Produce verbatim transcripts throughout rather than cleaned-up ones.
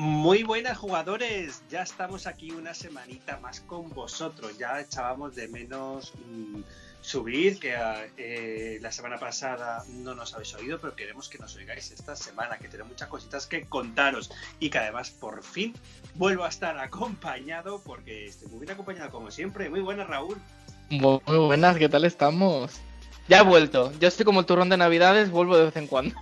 Muy buenas, jugadores, ya estamos aquí una semanita más con vosotros. Ya echábamos de menos mmm, subir, que eh, la semana pasada no nos habéis oído, pero queremos que nos oigáis esta semana, que tenemos muchas cositas que contaros y que además por fin vuelvo a estar acompañado, porque estoy muy bien acompañado como siempre. Muy buenas, Raúl. Muy buenas, ¿qué tal estamos? Ya he vuelto, yo estoy como el turrón de Navidades, vuelvo de vez en cuando.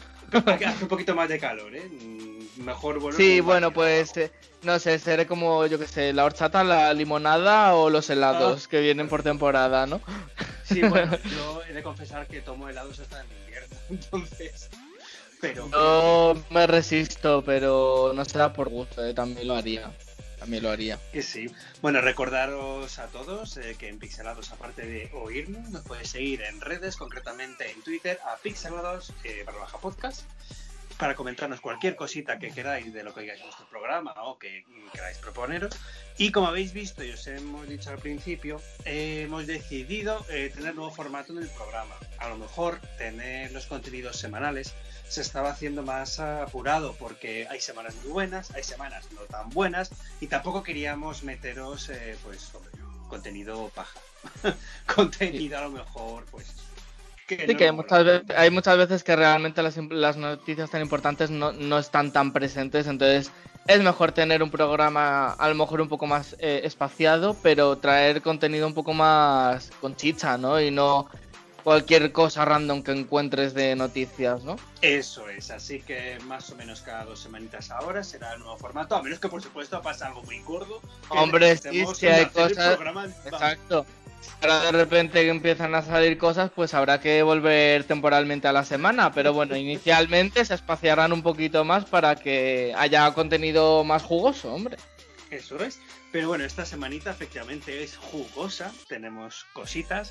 Hace un poquito más de calor, ¿eh? Mejor vuelvo. Sí, bueno, pues eh, no sé, seré como, yo que sé, la horchata, la limonada o los helados ah. que vienen por temporada, ¿no? Sí, bueno, yo he de confesar que tomo helados hasta en invierno, entonces... Pero... No me resisto, pero no será por gusto, eh, también lo haría. También lo haría. Que sí. Bueno, recordaros a todos eh, que en Pixelados, aparte de oírnos, nos podéis seguir en redes, concretamente en Twitter, a Pixelados eh, barra baja podcast, para comentarnos cualquier cosita que queráis de lo que oigáis en nuestro programa o que queráis proponeros. Y como habéis visto y os hemos dicho al principio, eh, hemos decidido eh, tener nuevo formato en el programa. A lo mejor tener los contenidos semanales se estaba haciendo más apurado porque hay semanas muy buenas, hay semanas no tan buenas y tampoco queríamos meteros eh, pues sobre contenido paja. Contenido a lo mejor pues... Que sí, no que muchas veces, hay muchas veces que realmente las, las noticias tan importantes no, no están tan presentes, entonces es mejor tener un programa a lo mejor un poco más eh, espaciado, pero traer contenido un poco más con chicha, ¿no? Y no cualquier cosa random que encuentres de noticias, ¿no? Eso es, así que más o menos cada dos semanitas ahora será el nuevo formato, a menos que por supuesto pase algo muy gordo. Hombre, sí, si hay cosas... Exacto. Ahora de repente que empiezan a salir cosas, pues habrá que volver temporalmente a la semana, pero bueno, inicialmente se espaciarán un poquito más para que haya contenido más jugoso, hombre. Eso es, pero bueno, esta semanita efectivamente es jugosa, tenemos cositas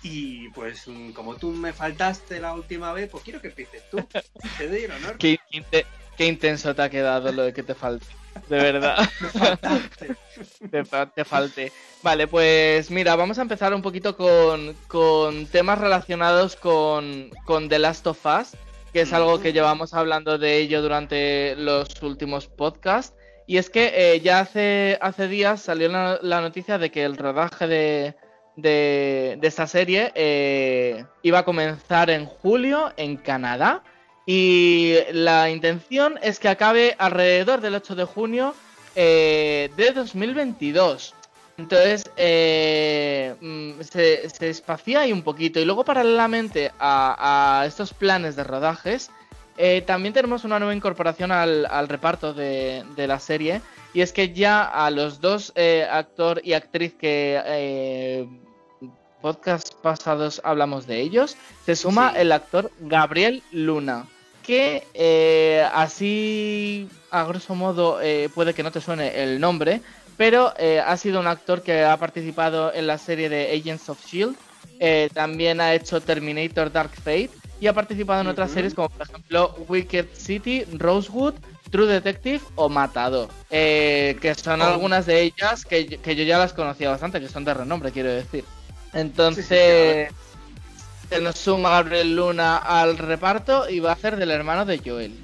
y pues como tú me faltaste la última vez, pues quiero que empieces tú, te doy el honor. Qué, qué, qué intenso te ha quedado lo de que te falte. De verdad. te, te falte. Vale, pues mira, vamos a empezar un poquito con, con temas relacionados con, con The Last of Us, que es algo que llevamos hablando de ello durante los últimos podcasts. Y es que eh, ya hace, hace días salió la, la noticia de que el rodaje de, de, de esta serie eh, iba a comenzar en julio en Canadá. Y la intención es que acabe alrededor del ocho de junio eh, de dos mil veintidós. Entonces eh, se, se espacía ahí un poquito. Y luego paralelamente a, a estos planes de rodajes, eh, también tenemos una nueva incorporación al, al reparto de, de la serie. Y es que ya a los dos eh, actor y actriz que... Eh, podcasts pasados hablamos de ellos, se suma sí. el actor Gabriel Luna, que eh, así a grosso modo eh, puede que no te suene el nombre, pero eh, ha sido un actor que ha participado en la serie de Agents of Shield, eh, también ha hecho Terminator Dark Fate y ha participado en uh-huh. otras series como por ejemplo Wicked City, Rosewood, True Detective o Matador, eh, que son oh. algunas de ellas que, que yo ya las conocía bastante, que son de renombre, quiero decir. Entonces, sí, sí, se nos suma Gabriel Luna al reparto y va a hacer del hermano de Joel.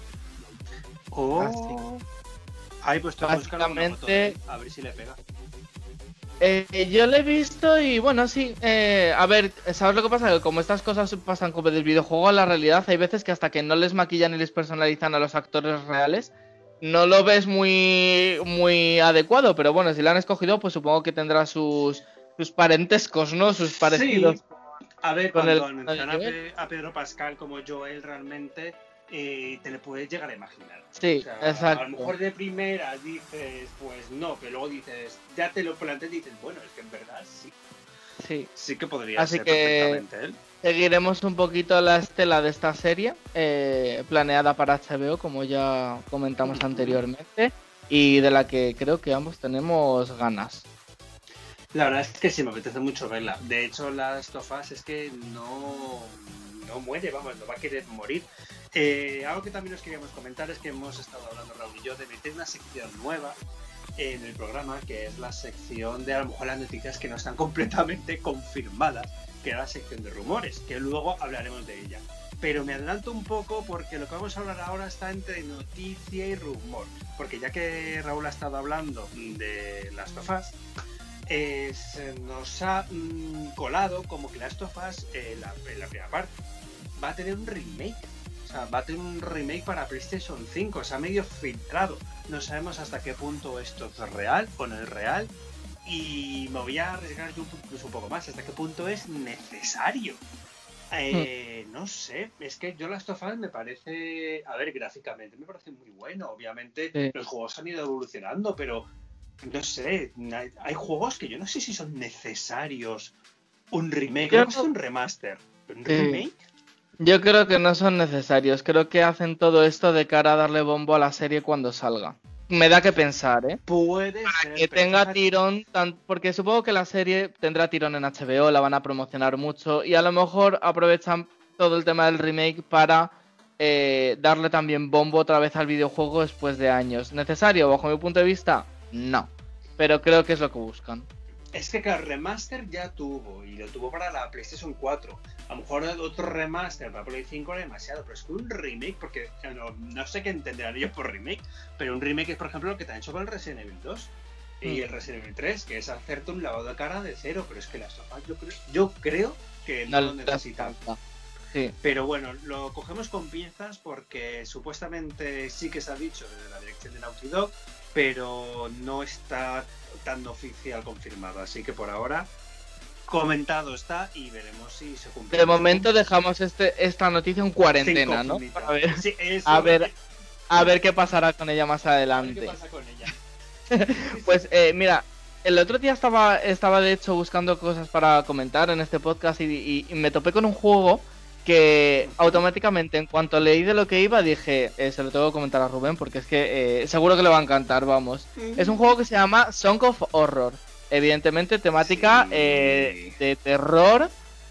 Oh. Así. Ay, pues te básicamente foto, a ver si le pega. Eh, yo lo he visto y bueno, sí. Eh, a ver, ¿sabes lo que pasa? Que como estas cosas pasan como del videojuego a la realidad, hay veces que hasta que no les maquillan y les personalizan a los actores reales, no lo ves muy, muy adecuado. Pero bueno, si lo han escogido, pues supongo que tendrá sus... sus parentescos, ¿no? Sus parecidos. Sí. A ver, con cuando el... mencionan a Pedro Pascal como Joel realmente eh, te le puedes llegar a imaginar. Sí, o sea, exacto. A lo mejor de primera dices, pues no, pero luego dices, ya te lo planteas y dices, bueno, es que en verdad sí. Sí. Sí que podría Así ser que perfectamente él. Seguiremos un poquito la estela de esta serie, eh, planeada para H B O, como ya comentamos uh-huh. anteriormente, y de la que creo que ambos tenemos ganas. La verdad es que sí, me apetece mucho verla. De hecho, Last of Us es que no, no muere, vamos, no va a querer morir. Eh, algo que también os queríamos comentar es que hemos estado hablando, Raúl y yo, de meter una sección nueva en el programa, que es la sección de a lo mejor las noticias que no están completamente confirmadas, que es la sección de rumores, que luego hablaremos de ella. Pero me adelanto un poco porque lo que vamos a hablar ahora está entre noticia y rumor. porque ya que Raúl ha estado hablando de Last of Us, eh, se nos ha mmm, colado como que Last of Us, eh, la, la primera parte, va a tener un remake. O sea, va a tener un remake para PlayStation cinco, se ha medio filtrado. No sabemos hasta qué punto esto es real o no es real. Y me voy a arriesgar yo incluso un poco más, hasta qué punto es necesario. Eh, no sé, es que yo Last of Us me parece, a ver, gráficamente me parece muy bueno. Obviamente sí, los juegos han ido evolucionando, pero no sé, hay, hay juegos que yo no sé si son necesarios un remake, creo que es un remaster, pero un sí. remake. Yo creo que no son necesarios, creo que hacen todo esto de cara a darle bombo a la serie cuando salga. Me da que pensar, ¿eh? Puede Para ser. que tenga fíjate... tirón, tan... porque supongo que la serie tendrá tirón en H B O, la van a promocionar mucho y a lo mejor aprovechan todo el tema del remake para eh, darle también bombo otra vez al videojuego después de años. ¿Necesario? Bajo mi punto de vista, no. Pero creo que es lo que buscan. Es que claro, remaster ya tuvo, y lo tuvo para la PlayStation cuatro. A lo mejor otro remaster para Play cinco era demasiado, pero es que un remake, porque no, no sé qué entenderán ellos por remake, pero un remake es, por ejemplo, lo que te han hecho con el Resident Evil dos mm. y el Resident Evil tres, que es hacerte un lavado de cara de cero, pero es que las sofás yo creo, yo creo que no, no lo necesitan. Sí. Pero bueno, lo cogemos con pinzas porque supuestamente sí que se ha dicho desde la dirección de Naughty Dog, pero no está tan oficial confirmado, así que por ahora comentado está y veremos si se cumple. De momento dejamos este, esta noticia en cuarentena, ¿no? A ver, sí, a, ver, a ver qué pasará con ella más adelante. ¿Qué pasa con ella? Pues eh, mira, el otro día estaba, estaba de hecho buscando cosas para comentar en este podcast y, y, y me topé con un juego que automáticamente en cuanto leí de lo que iba dije, eh, se lo tengo que comentar a Rubén porque es que eh, seguro que le va a encantar, vamos. Mm. Es un juego que se llama Song of Horror. Evidentemente temática sí. eh, de terror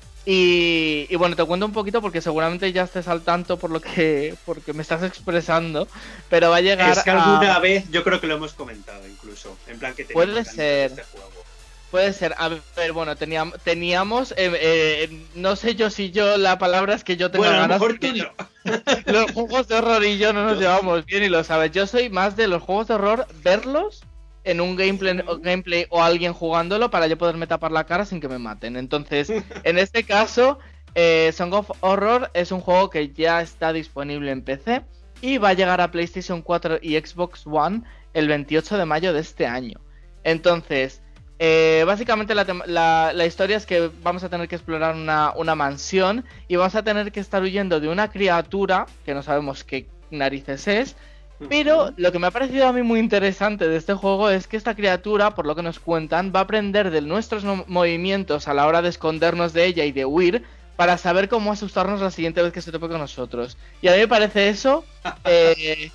y, y bueno, te cuento un poquito porque seguramente ya estés al tanto por lo que porque me estás expresando, pero va a llegar es que alguna a... vez yo creo que lo hemos comentado incluso, en plan que puede ser este juego. Puede ser, a ver, bueno, teníamos, teníamos eh, eh, no sé yo si yo, la palabra es que yo tengo bueno, ganas. A lo mejor tú no. Los juegos de horror y yo no nos llevamos bien y lo sabes. Yo soy más de los juegos de horror, verlos en un gameplay, o gameplay o alguien jugándolo para yo poderme tapar la cara sin que me maten. Entonces, en este caso, eh, Song of Horror es un juego que ya está disponible en P C y va a llegar a PlayStation cuatro y Xbox One el veintiocho de mayo de este año. Entonces, eh, básicamente la, la, la historia es que vamos a tener que explorar una, una mansión y vamos a tener que estar huyendo de una criatura que no sabemos qué narices es. Pero lo que me ha parecido a mí muy interesante de este juego es que esta criatura, por lo que nos cuentan, va a aprender de nuestros no- movimientos a la hora de escondernos de ella y de huir para saber cómo asustarnos la siguiente vez que se tope con nosotros. Y a mí me parece eso eh,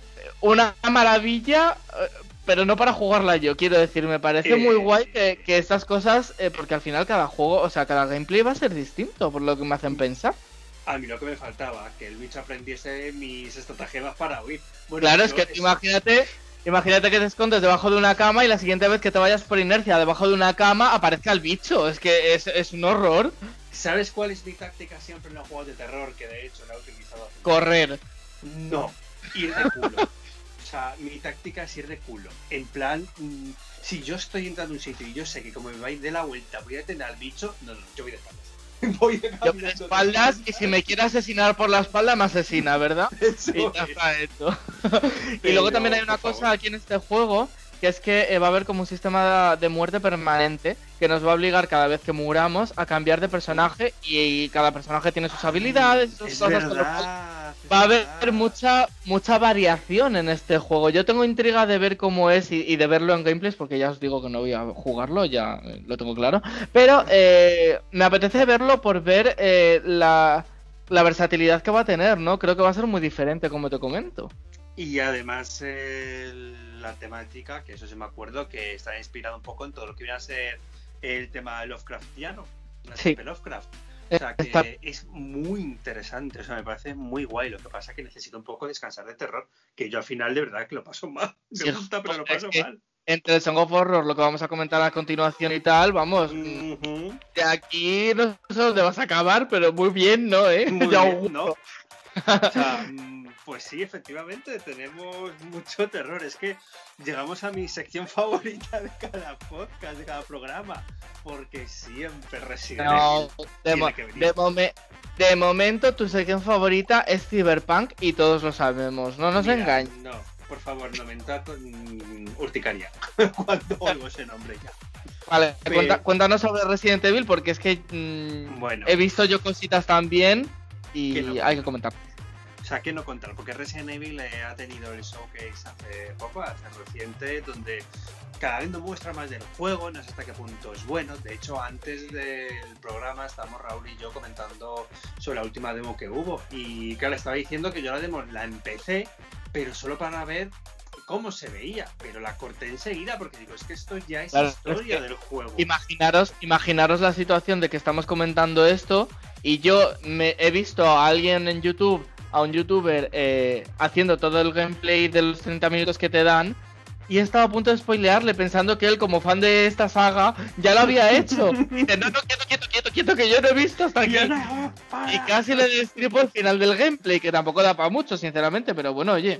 una maravilla, pero no para jugarla yo, quiero decir, me parece muy guay que, que estas cosas, eh, porque al final cada juego, o sea, cada gameplay va a ser distinto, por lo que me hacen pensar. A mí lo que me faltaba, que el bicho aprendiese mis estratagemas para huir. Bueno, claro, es que es... imagínate, imagínate que te escondes debajo de una cama y la siguiente vez que te vayas por inercia debajo de una cama aparezca el bicho. Es que es, es un horror. ¿Sabes cuál es mi táctica siempre en los juegos de terror? Que de hecho la he utilizado. Correr. No, ir de culo. O sea, mi táctica es ir de culo. En plan, mmm, si yo estoy entrando en un sitio y yo sé que como me va a ir de la vuelta voy a tener al bicho, no, no, yo voy de espaldas. Voy de yo de espaldas y si me quiere asesinar por la espalda me asesina, ¿verdad? Eso y ya está esto. Y luego también hay una cosa aquí en este juego, que es que eh, va a haber como un sistema de muerte permanente que nos va a obligar cada vez que muramos a cambiar de personaje y, y cada personaje tiene sus habilidades, sus es cosas. Verdad, es va a haber verdad. mucha mucha variación en este juego. Yo tengo intriga de ver cómo es y, y de verlo en gameplays porque ya os digo que no voy a jugarlo, ya eh, lo tengo claro. Pero eh, me apetece verlo por ver eh, la, la versatilidad que va a tener, ¿no? Creo que va a ser muy diferente, como te comento. Y además eh, la temática, que eso sí me acuerdo, que está inspirado un poco en todo lo que viene a ser el tema Lovecraftiano, la sí. Lovecraft. O sea, que está... es muy interesante, o sea, me parece muy guay. Lo que pasa es que necesito un poco descansar de terror, que yo al final de verdad que lo paso mal. Me sí, gusta, pero lo paso mal. Entre el Song of Horror, lo que vamos a comentar a continuación y tal, vamos, uh-huh. de aquí no sé dónde vas a acabar, pero muy bien, ¿no? ¿Eh? Muy bien, ¿no? O sea, Pues sí, efectivamente, tenemos mucho terror. Es que llegamos a mi sección favorita de cada podcast, de cada programa, porque siempre Resident No, Evil de, mo tiene que venir. de, momen de momento tu sección favorita es Cyberpunk y todos lo sabemos, no nos Mira, engañes. No, por favor, no me entrato mm, urticaria cuando oigo ese nombre ya. Vale, Pero- cuenta- cuéntanos sobre Resident Evil porque es que mm, Bueno. he visto yo cositas también Que y no. hay que comentar. O sea, ¿qué no contar? Porque Resident Evil eh, ha tenido el showcase hace poco, hace reciente, donde cada vez nos muestra más del juego, no sé hasta qué punto es bueno. De hecho, antes del programa estábamos Raúl y yo comentando sobre la última demo que hubo. Y claro, estaba diciendo que yo la demo la empecé, pero solo para ver cómo se veía. Pero la corté enseguida porque digo, es que esto ya es Claro, historia es que del juego. Imaginaros, imaginaros la situación de que estamos comentando esto y yo me he visto a alguien en YouTube, a un youtuber eh, haciendo todo el gameplay de los treinta minutos que te dan y he estado a punto de spoilearle pensando que él como fan de esta saga ya lo había hecho. Y dice, no, no, quieto, quieto, quieto, quieto, que yo no he visto hasta aquí. Y no, para. Y casi le destripo el final del gameplay, que tampoco da para mucho, sinceramente, pero bueno, oye.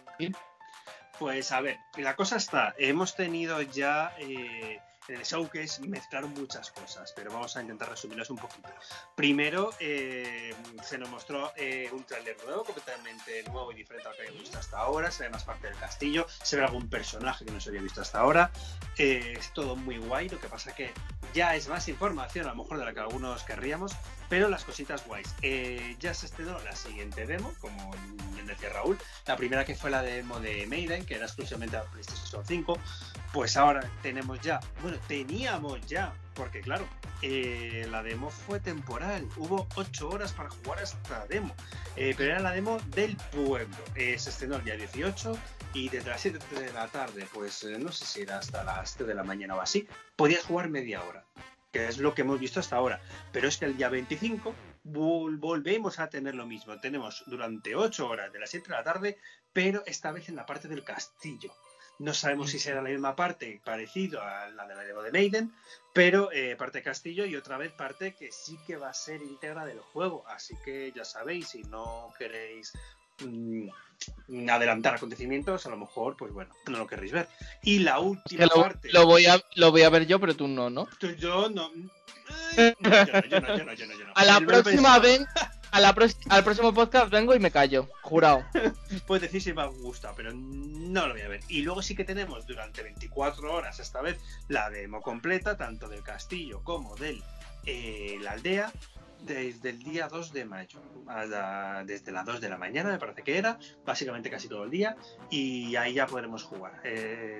Pues a ver, la cosa está, hemos tenido ya eh, en el showcase mezclaron muchas cosas, pero vamos a intentar resumirlas un poquito. Primero, eh, se nos mostró eh, un tráiler nuevo, completamente nuevo y diferente a lo que habíamos visto hasta ahora. Se ve más parte del castillo, se ve algún personaje que no se había visto hasta ahora. Eh, es todo muy guay, lo que pasa que ya es más información a lo mejor de la que algunos querríamos, pero las cositas guays. Eh, ya se estrenó la siguiente demo, como bien decía Raúl. La primera que fue la demo de Maiden, que era exclusivamente para PlayStation cinco. Pues ahora tenemos ya, bueno, teníamos ya, porque claro, eh, la demo fue temporal. Hubo ocho horas para jugar a esta demo, eh, pero era la demo del pueblo. Eh, se estrenó el día dieciocho y desde las siete de la tarde, pues eh, no sé si era hasta las tres de la mañana o así, podías jugar media hora, que es lo que hemos visto hasta ahora. Pero es que el día veinticinco vol volvemos a tener lo mismo. Tenemos durante ocho horas de las siete de la tarde, pero esta vez en la parte del castillo. No sabemos si será la misma parte, parecido a la de la demo de Maiden, pero eh, parte castillo y otra vez parte que sí que va a ser íntegra del juego. Así que ya sabéis, si no queréis mmm, adelantar acontecimientos, a lo mejor, pues bueno, no lo querréis ver. Y la última Es que lo, parte... lo, voy a, lo voy a ver yo, pero tú no, ¿no? Tú, yo no... Ay, no, yo no, yo no, yo no, yo no, yo no. A la Yo me lo próxima pensaba. ven, a la pro al próximo podcast vengo y me callo, jurado. Puedes decir si me ha gustado, pero no lo voy a ver. Y luego sí que tenemos durante veinticuatro horas esta vez la demo completa, tanto del castillo como de eh, la aldea, desde el día dos de mayo, a la, desde las dos de la mañana me parece que era, básicamente casi todo el día, y ahí ya podremos jugar. Eh,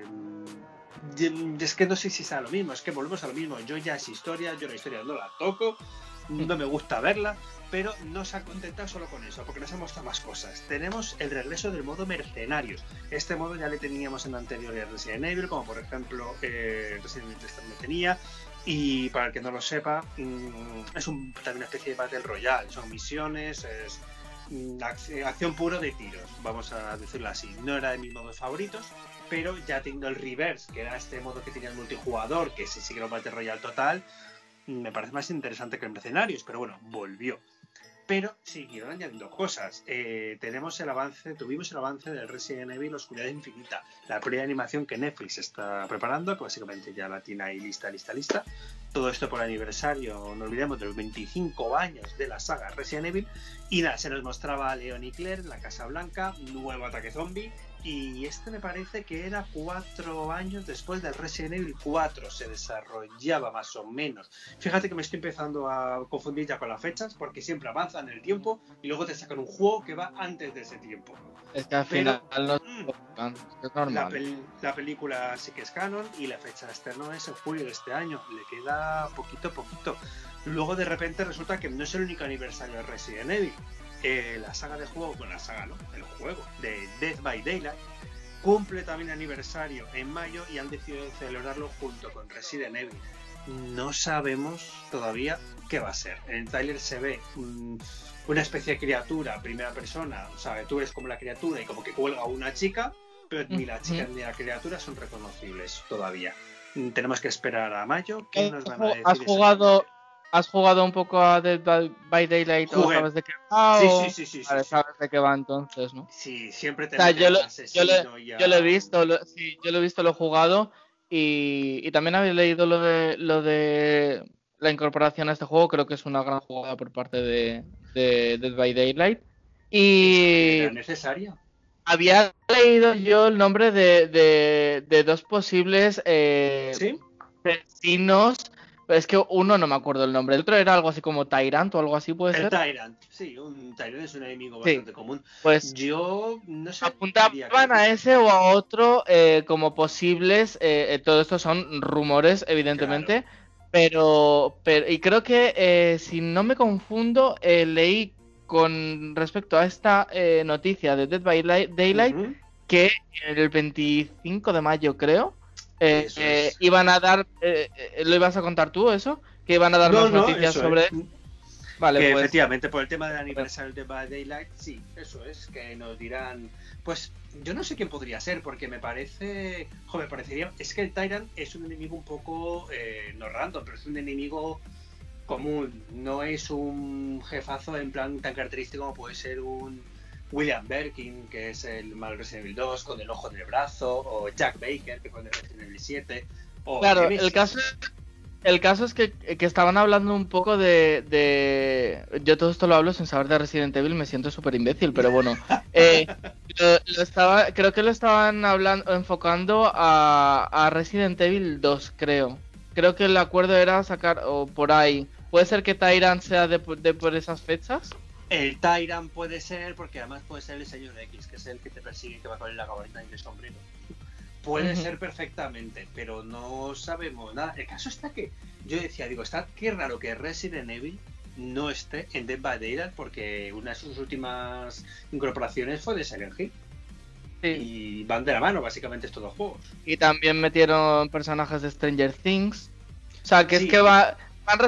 es que no sé si sea lo mismo, es que volvemos a lo mismo. Yo ya es historia, yo la historia no la toco, no me gusta verla, pero no se ha contentado solo con eso, porque nos ha mostrado más cosas. Tenemos el regreso del modo mercenarios. Este modo ya le teníamos en anteriores Resident Evil, como por ejemplo eh, Resident Evil tres también tenía. Y para el que no lo sepa, mmm, es un, también una especie de Battle Royale. Son misiones, es mmm, ac acción puro de tiros, vamos a decirlo así. No era de mis modos favoritos, pero ya teniendo el Reverse, que era este modo que tenía el multijugador, que sí, sí que era un Battle Royale total, me parece más interesante que el Mercenarios, pero bueno, volvió. Pero siguieron añadiendo cosas. Eh, tenemos el avance, tuvimos el avance del Resident Evil Oscuridad Infinita, la primera animación que Netflix está preparando, que básicamente ya la tiene ahí lista, lista, lista. Todo esto por aniversario, no olvidemos, de los veinticinco años de la saga Resident Evil. Y nada, se nos mostraba a Leon y Claire, la Casa Blanca, nuevo ataque zombie. Y este me parece que era cuatro años después del Resident Evil cuatro, se desarrollaba más o menos. Fíjate que me estoy empezando a confundir ya con las fechas, porque siempre avanzan el tiempo y luego te sacan un juego que va antes de ese tiempo. Es que al Pero, final no mm, es normal. La, pel la película sí que es canon y la fecha de estreno es en julio de este año. Le queda poquito a poquito. Luego de repente resulta que no es el único aniversario de Resident Evil. Eh, la saga de juego, bueno, la saga no, el juego de Dead by Daylight cumple también aniversario en mayo y han decidido celebrarlo junto con Resident Evil. No sabemos todavía qué va a ser. En el tráiler se ve um, una especie de criatura, primera persona, o sea, tú eres como la criatura y como que cuelga una chica, pero ni la chica ni la criatura son reconocibles todavía. Tenemos que esperar a mayo. ¿Qué nos van a decir? ¿Has jugado, ¿Has jugado un poco a Dead by by Daylight o Jugué. sabes de qué va? Sí, o- sí, sí, sí, sí, Vale, sí. sabes de qué va entonces, ¿no? Sí, siempre O te sea, meten yo lo, al yo lo, asesino y yo lo he a... visto, lo- sí, yo lo he visto, lo he jugado y, y también había leído lo de lo de la incorporación a este juego, creo que es una gran jugada por parte de, de Dead by Daylight. Es que Y era necesaria. había leído yo el nombre de, de, de dos posibles eh, ¿Sí? vecinos, pero es que uno no me acuerdo el nombre, el otro era algo así como Tyrant o algo así, ¿puede El ser? Tyrant. Sí, un Tyrant es un enemigo Sí, bastante común. pues Yo no sabría qué apuntaban a decirte. ese o a otro eh, como posibles, eh, eh, todo esto son rumores, Claro. evidentemente, pero, pero y creo que eh, si no me confundo, eh, leí con respecto a esta eh, noticia de Dead by Light- Daylight Ujú. que el veinticinco de mayo, creo, eh, Eso eh, es. iban a dar, eh, eh, ¿lo ibas a contar tú eso? Que iban a dar No, más no, noticias eso es. sobre... Vale, Que pues... efectivamente, por el tema del aniversario de Bad Daylight, sí, eso es, que nos dirán. Pues yo no sé quién podría ser, porque me parece. Joder, me parecería. Es que el Tyrant es un enemigo un poco. Eh, no random, pero es un enemigo común. No es un jefazo en plan tan característico como puede ser un William Birkin, que es el mal Resident Evil dos, con el ojo en el brazo, o Jack Baker, que fue el de Resident Evil siete, o Claro, el Nemesis. caso, el caso es que, que estaban hablando un poco de, de... Yo todo esto lo hablo sin saber de Resident Evil, me siento súper imbécil, pero bueno. Eh, lo, lo estaba, creo que lo estaban hablando, enfocando a, a Resident Evil dos, creo. Creo que el acuerdo era sacar, o por ahí. ¿Puede ser que Tyrant sea de, de por esas fechas? El Tyrant puede ser, porque además puede ser el señor X, que es el que te persigue, que va con la gabardina y el sombrero. Puede Ujú. ser perfectamente, pero no sabemos nada. El caso está que yo decía, digo, está qué raro que Resident Evil no esté en Dead by Daylight, porque una de sus últimas incorporaciones fue de Silent Hill. Sí. Y van de la mano, básicamente, estos dos juegos. Y también metieron personajes de Stranger Things. O sea, que Sí. es que va, van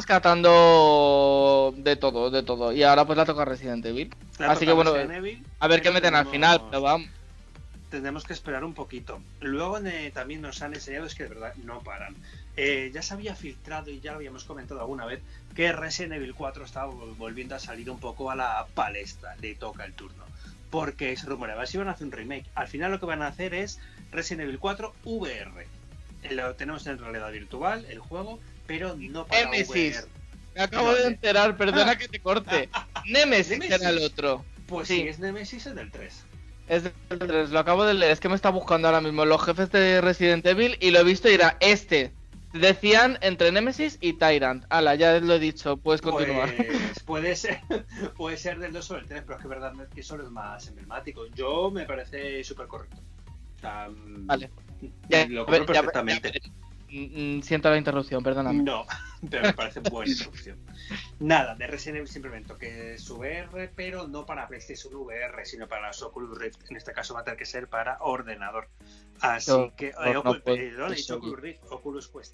rescatando de todo, de todo. Y ahora pues la toca Resident Evil. La Así que toca bueno, Resident Evil, a ver qué pero meten al tenemos- final, pero vamos. Tendremos que esperar un poquito. Luego eh, también nos han enseñado, es que de verdad no paran. Eh, ya se había filtrado y ya lo habíamos comentado alguna vez que Resident Evil cuatro estaba volviendo a salir un poco a la palestra, le toca el turno. Porque se rumoreaba si iban a hacer un remake. Al final lo que van a hacer es Resident Evil cuatro V R. Eh, Lo tenemos en realidad virtual, el juego, pero no para Nemesis. V R. Me acabo No, de ne- enterar, perdona que te corte. Nemesis ¿Nemesis? era el otro. Pues Sí. si es Nemesis es del tres. Es del tres, lo acabo de leer, es que me está buscando ahora mismo los jefes de Resident Evil y lo he visto y era este. Decían entre Nemesis y Tyrant. Ala, ya lo he dicho, puedes continuar. Pues puede ser, puede ser del dos o del tres, pero es que es verdad que son los más emblemáticos. Yo me parece súper correcto. O sea, Vale. Ya, Ya, lo ya, compro ya, perfectamente. ya, Mm, Siento la interrupción, perdóname. No, pero me parece buena instrucción. Nada, de Resident Evil simplemente que es V R, pero no para PlayStation V R, sino para las Oculus Rift. En este caso va a tener que ser para ordenador. Así No, que, no, eh, no Ocul- puedo, perdón, he dicho eso aquí. Oculus Rift, Oculus Quest.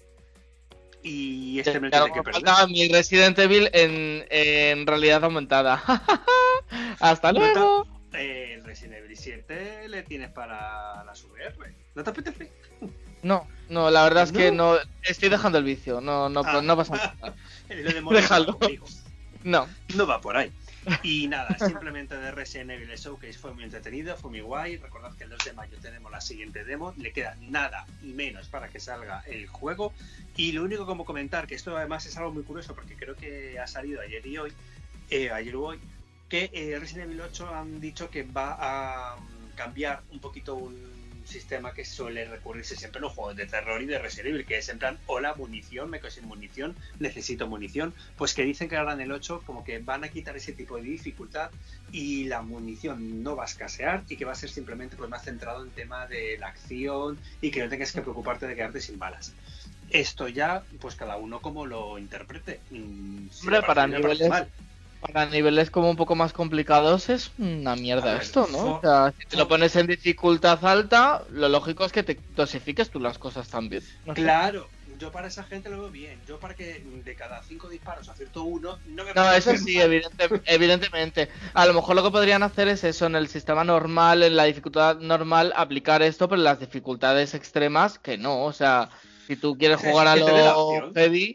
Y este me lo Ya tiene que me perder. faltaba mi Resident Evil en, en realidad aumentada. Hasta No te- luego. eh, el Resident Evil siete le tienes para las V R. ¿No te apetece? No, no, la verdad es que ¿No? no. Estoy dejando el vicio. No, no, Ah. no pasa nada. Lo de morir Déjalo. conmigo. No. No va por ahí. Y nada, simplemente de Resident Evil Showcase fue muy entretenido, fue muy guay. Recordad que el dos de mayo tenemos la siguiente demo. Le queda nada y menos para que salga el juego. Y lo único como comentar, que esto además es algo muy curioso porque creo que ha salido ayer y hoy, eh, ayer o hoy, que eh, Resident Evil ocho han dicho que va a um, cambiar un poquito un sistema que suele recurrirse siempre en los juegos de terror y de Resident Evil, que es en plan, hola, munición, me quedo sin munición, necesito munición. Pues que dicen que ahora en el ocho como que van a quitar ese tipo de dificultad y la munición no va a escasear y que va a ser simplemente pues más centrado en tema de la acción y que no tengas que preocuparte de quedarte sin balas. Esto ya, pues cada uno como lo interprete. Mm, si Hombre, le para parece bien, le parece niveles- mal. Para niveles como un poco más complicados es una A mierda ver, esto, ¿no? fo- O sea, si te lo fo- pones en dificultad alta, lo lógico es que te dosifiques tú las cosas también. No sé. Claro, yo para esa gente lo veo bien. Yo para que de cada cinco disparos acierto uno, no me No, parece eso sí, mal. evidente- evidentemente. A lo mejor lo que podrían hacer es eso, en el sistema normal, en la dificultad normal, aplicar esto, pero en las dificultades extremas, que no. O sea, si tú quieres Sí, jugar sí, a que te dé la lo opción. heavy,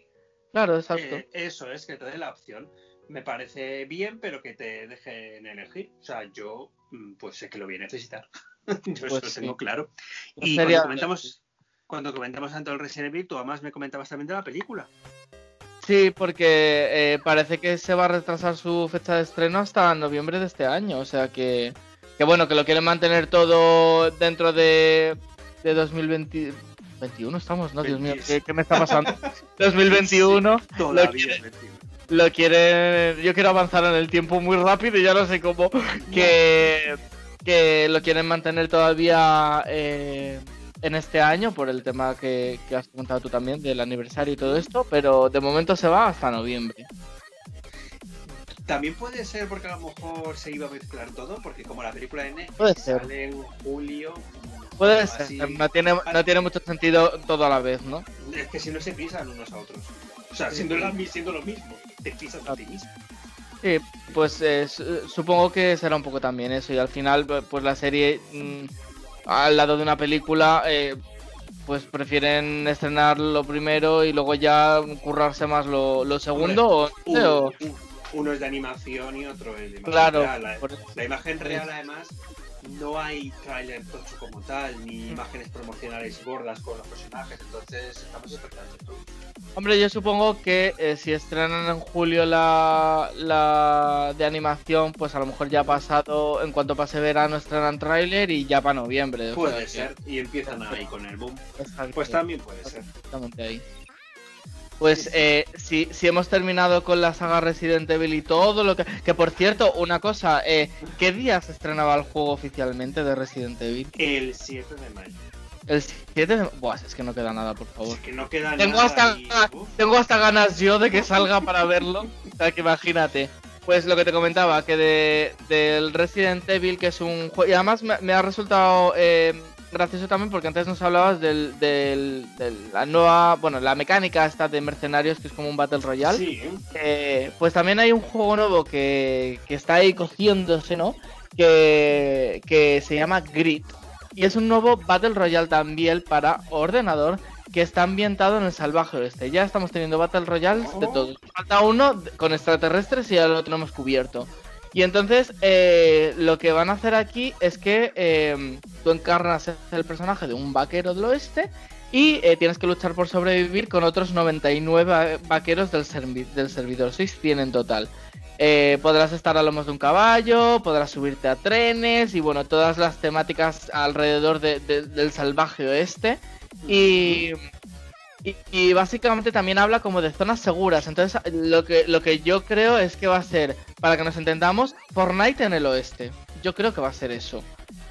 Claro, exacto. Eh, eso es, que te dé la opción. Me parece bien, pero que te dejen elegir. O sea, yo pues sé que lo voy a necesitar. Yo Pues eso lo sí. tengo claro. Yo Y sería... cuando comentamos, cuando comentamos tanto el Resident Evil, tú además me comentabas también de la película. Sí, porque eh, parece que se va a retrasar su fecha de estreno hasta noviembre de este año. O sea que, que bueno, que lo quieren mantener todo dentro de, de dos mil veinte, veintiuno estamos, ¿no? Dios mío, ¿qué, qué me está pasando? dos mil veintiuno. Sí, todavía lo quieren, es veintiuno. Lo quieren... Yo quiero avanzar en el tiempo muy rápido y ya no sé cómo. Que, que lo quieren mantener todavía... Eh, en este año por el tema que, que has comentado tú también del aniversario y todo esto, pero de momento se va hasta noviembre. También puede ser porque a lo mejor se iba a mezclar todo, porque como la película de Netflix puede ser. sale en julio... Puede así... ser, no tiene, no tiene mucho sentido todo a la vez, ¿no? Es que si no se pisan unos a otros. O sea, siendo, la, siendo lo mismo, te pisas a ti mismo. Sí, pues eh, supongo que será un poco también eso, y al final pues la serie... Mmm, al lado de una película, eh, pues prefieren estrenar lo primero y luego ya currarse más lo, lo segundo. Hombre, o, un, un, uno es de animación y otro es de imagen claro, real. La, la imagen real, además, no hay trailer tocho como tal, ni imágenes promocionales gordas con los personajes, entonces estamos expectantes todos. Hombre, yo supongo que eh, si estrenan en julio la, la de animación, pues a lo mejor ya ha pasado, en cuanto pase verano estrenan tráiler y ya para noviembre. Puede o sea, ser, que... y empiezan ahí con el boom. Exacto. Pues también puede ser. Exactamente ahí. Pues sí, sí. Eh, si, si hemos terminado con la saga Resident Evil y todo lo que... Que por cierto, una cosa, eh, ¿qué día se estrenaba el juego oficialmente de Resident Evil? El siete de mayo. El siete de... Buah, es que no queda nada, por favor. Es que no queda tengo nada hasta, y... Tengo hasta ganas yo de que salga para verlo. O sea, que imagínate. Pues lo que te comentaba, que de del Resident Evil, que es un juego... Y además me, me ha resultado eh, gracioso también porque antes nos hablabas del, del, de la nueva... Bueno, la mecánica esta de mercenarios, que es como un Battle Royale. Sí. Eh, pues también hay un juego nuevo que, que está ahí cociéndose, ¿no? Que, que se llama Grid. Y es un nuevo Battle Royale también para ordenador que está ambientado en el salvaje oeste. Ya estamos teniendo Battle Royales oh. de todo. Falta uno con extraterrestres y ya lo tenemos cubierto. Y entonces eh, lo que van a hacer aquí es que eh, tú encarnas el personaje de un vaquero del oeste y eh, tienes que luchar por sobrevivir con otros noventa y nueve vaqueros del, servi del servidor. Sois cien en total. Eh, podrás estar a lomos de un caballo, podrás subirte a trenes y bueno, todas las temáticas alrededor de, de, del salvaje oeste. Y, y, y básicamente también habla como de zonas seguras. Entonces lo que, lo que yo creo es que va a ser, para que nos entendamos, Fortnite en el oeste. Yo creo que va a ser eso.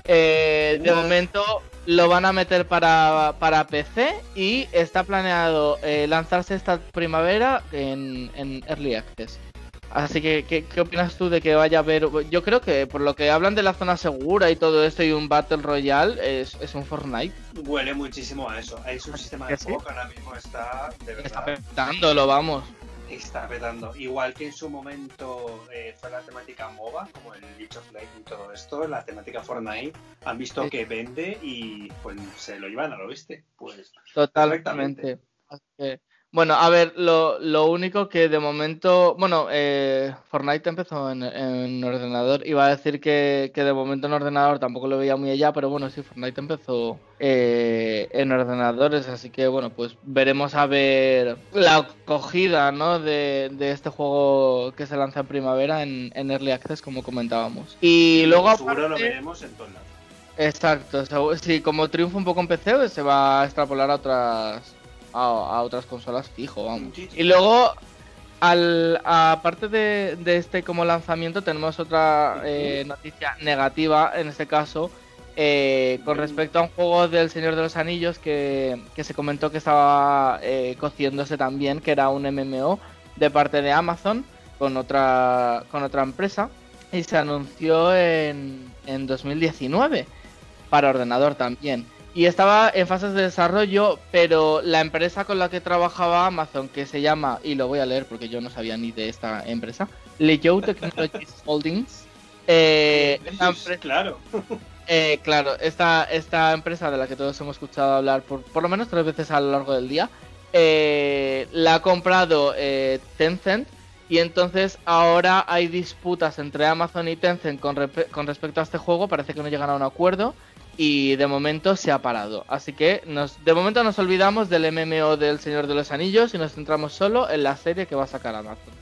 Eh, de momento lo van a meter para, para P C y está planeado eh, lanzarse esta primavera en, en Early Access. Así que, ¿qué, ¿qué opinas tú de que vaya a haber? Yo creo que por lo que hablan de la zona segura y todo esto y un Battle Royale, es, es un Fortnite. Huele muchísimo a eso. Es un sistema de juego que ahora mismo está, de verdad... Está petándolo, vamos. Está petando. Igual que en su momento eh, fue la temática MOBA, como el League of Legends y todo esto, la temática Fortnite, han visto sí. que vende y pues se lo llevan al oeste. Pues totalmente. Así que... Bueno, a ver, lo, lo único que de momento... Bueno, eh, Fortnite empezó en, en ordenador. Iba a decir que, que de momento en ordenador tampoco lo veía muy allá, pero bueno, sí, Fortnite empezó eh, en ordenadores. Así que bueno, pues veremos a ver la acogida, ¿no? de, de este juego que se lanza en primavera en, en Early Access, como comentábamos. Y luego... Seguro aparte, lo veremos en todos lados. Exacto. Si como triunfa un poco en P C, se va a extrapolar a otras... A, a otras consolas fijo, vamos. Y luego, al, aparte de, de este como lanzamiento, tenemos otra eh, noticia negativa, en este caso, eh, con respecto a un juego del Señor de los Anillos que, que se comentó que estaba eh, cociéndose también, que era un M M O de parte de Amazon con otra, con otra empresa, y se anunció en, en dos mil diecinueve para ordenador también. Y estaba en fases de desarrollo, pero la empresa con la que trabajaba Amazon, que se llama, y lo voy a leer porque yo no sabía ni de esta empresa, Leyou Technologies Holdings. Eh, esta empresa, claro. Eh, claro, esta, esta empresa de la que todos hemos escuchado hablar por, por lo menos tres veces a lo largo del día, eh, la ha comprado eh, Tencent y entonces ahora hay disputas entre Amazon y Tencent con, con respecto a este juego. Parece que no llegan a un acuerdo y de momento se ha parado. Así que nos, de momento nos olvidamos del M M O del Señor de los Anillos y nos centramos solo en la serie que va a sacar Amazon.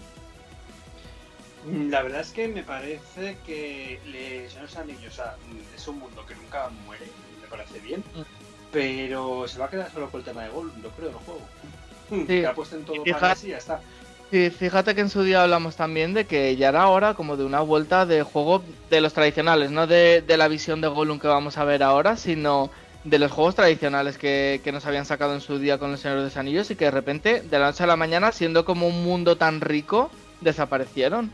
La verdad es que me parece que Le Señor de los Anillos, o sea, es un mundo que nunca muere, me parece bien, pero se va a quedar solo con el tema de Gollum, yo creo, el juego. Sí. Que apuesten todo para así y ya está. Sí, fíjate que en su día hablamos también de que ya era hora como de una vuelta de juego de los tradicionales, no de, de la visión de Gollum que vamos a ver ahora, sino de los juegos tradicionales que, que nos habían sacado en su día con el Señor de los Anillos y que de repente, de la noche a la mañana, siendo como un mundo tan rico, desaparecieron.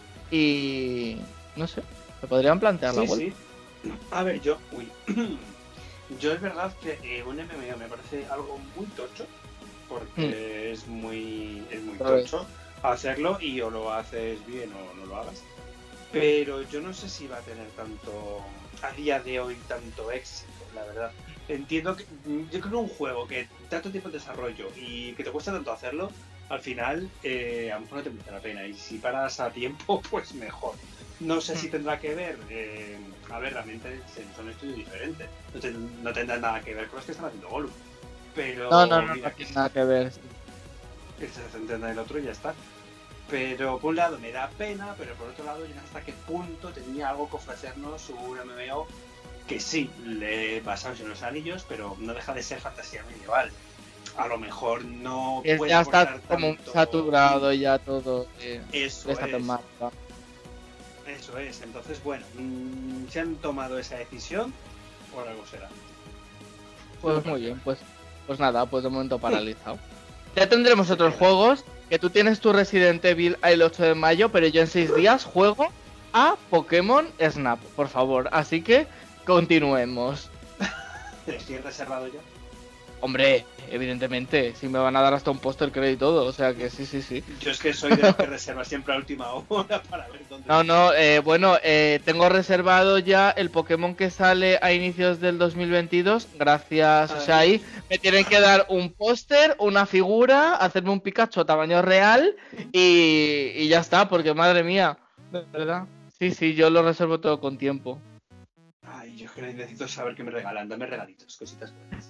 Y no sé, se podrían plantear sí, la vuelta. Sí. A ver, yo, uy, yo es verdad que eh, un M M O me parece algo muy tocho, porque mm. es muy es muy tocho hacerlo y o lo haces bien o no lo hagas. Pero yo no sé si va a tener tanto, a día de hoy, tanto éxito, la verdad. Entiendo que, yo creo que un juego que tanto tiempo de desarrollo y que te cuesta tanto hacerlo, al final eh, a lo mejor no te merece la pena, y si paras a tiempo, pues mejor. No sé si tendrá que ver, eh, a ver, realmente son estudios diferentes, no, ten, no tendrán nada que ver con los que están haciendo Gollum, pero no, no, no, mira, no tiene nada que ver. Que se centren en el otro y ya está. Pero por un lado me da pena, pero por otro lado yo no sé hasta qué punto tenía algo que ofrecernos un M M O que sí, le basamos en los anillos, pero no deja de ser fantasía medieval. A lo mejor no es, puede ya está como tanto... saturado ya todo. Eh, Eso es. Temática. Eso es. Entonces, bueno, mmm, se han tomado esa decisión, por algo será. Pues muy bien, pues, pues nada, pues de momento paralizado. Ya tendremos otros juegos, que tú tienes tu Resident Evil el ocho de mayo, pero yo en seis días juego a Pokémon Snap, por favor. Así que continuemos. ¿Estoy reservado ya? Hombre, evidentemente, si me van a dar hasta un póster creo y todo, o sea que sí, sí, sí. Yo es que soy de los que reserva siempre a última hora para ver dónde... No, no, eh, bueno, eh, tengo reservado ya el Pokémon que sale a inicios del dos mil veintidós, gracias, Ay. O sea, ahí me tienen que dar un póster, una figura, hacerme un Pikachu a tamaño real y, y ya está, porque madre mía, de verdad. Sí, sí, yo lo reservo todo con tiempo. Ay, yo es que necesito saber qué me regalan, dame regalitos, cositas buenas.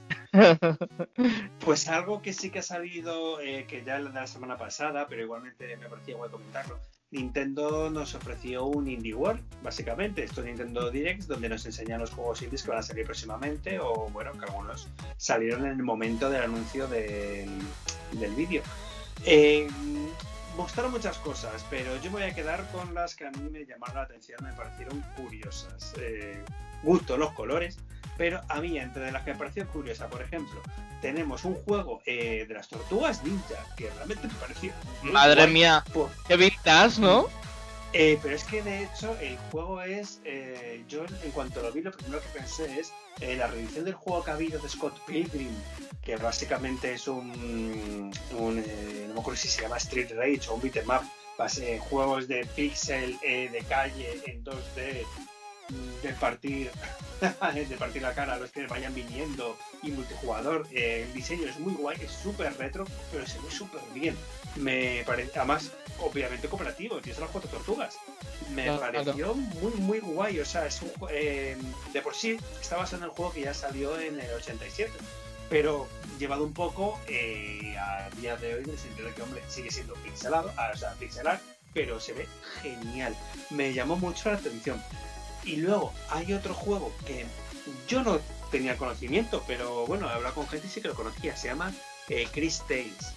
Pues algo que sí que ha salido, eh, que ya de la semana pasada, pero igualmente me parecía guay comentarlo. Nintendo nos ofreció un Indie World, básicamente, estos Nintendo Directs, donde nos enseñan los juegos indies que van a salir próximamente, o bueno, que algunos salieron en el momento del anuncio de, del vídeo. Eh, mostraron muchas cosas, pero yo me voy a quedar con las que a mí me llamaron la atención, me parecieron curiosas. Eh, gusto los colores, pero a mí, entre las que me pareció curiosa, por ejemplo, tenemos un juego eh, de las tortugas ninja, que realmente me pareció... Madre guay, mía, por... qué vintage, ¿no? Eh, pero es que de hecho el juego es, eh, yo en cuanto lo vi, lo primero que pensé es eh, la reedición del juego que ha habido de Scott Pilgrim, que básicamente es un, un eh, no me acuerdo si se llama Street Rage o un beat'em up, eh, juegos de pixel, eh, de calle en dos D, de partir de partir la cara a los que vayan viniendo y multijugador. Eh, el diseño es muy guay, es súper retro, pero se ve súper bien. Me parece, además, obviamente cooperativo, tienes las cuatro tortugas. Me claro, pareció claro. muy, muy guay. O sea, es un, eh, de por sí está basado en el juego que ya salió en el ochenta y siete, pero llevado un poco eh, a día de hoy, en el sentido de que, hombre, sigue siendo pixelado, o sea, pixelar, pero se ve genial. Me llamó mucho la atención. Y luego hay otro juego que yo no tenía conocimiento, pero bueno, he hablado con gente y sí que lo conocía. Se llama eh, Chris Tales.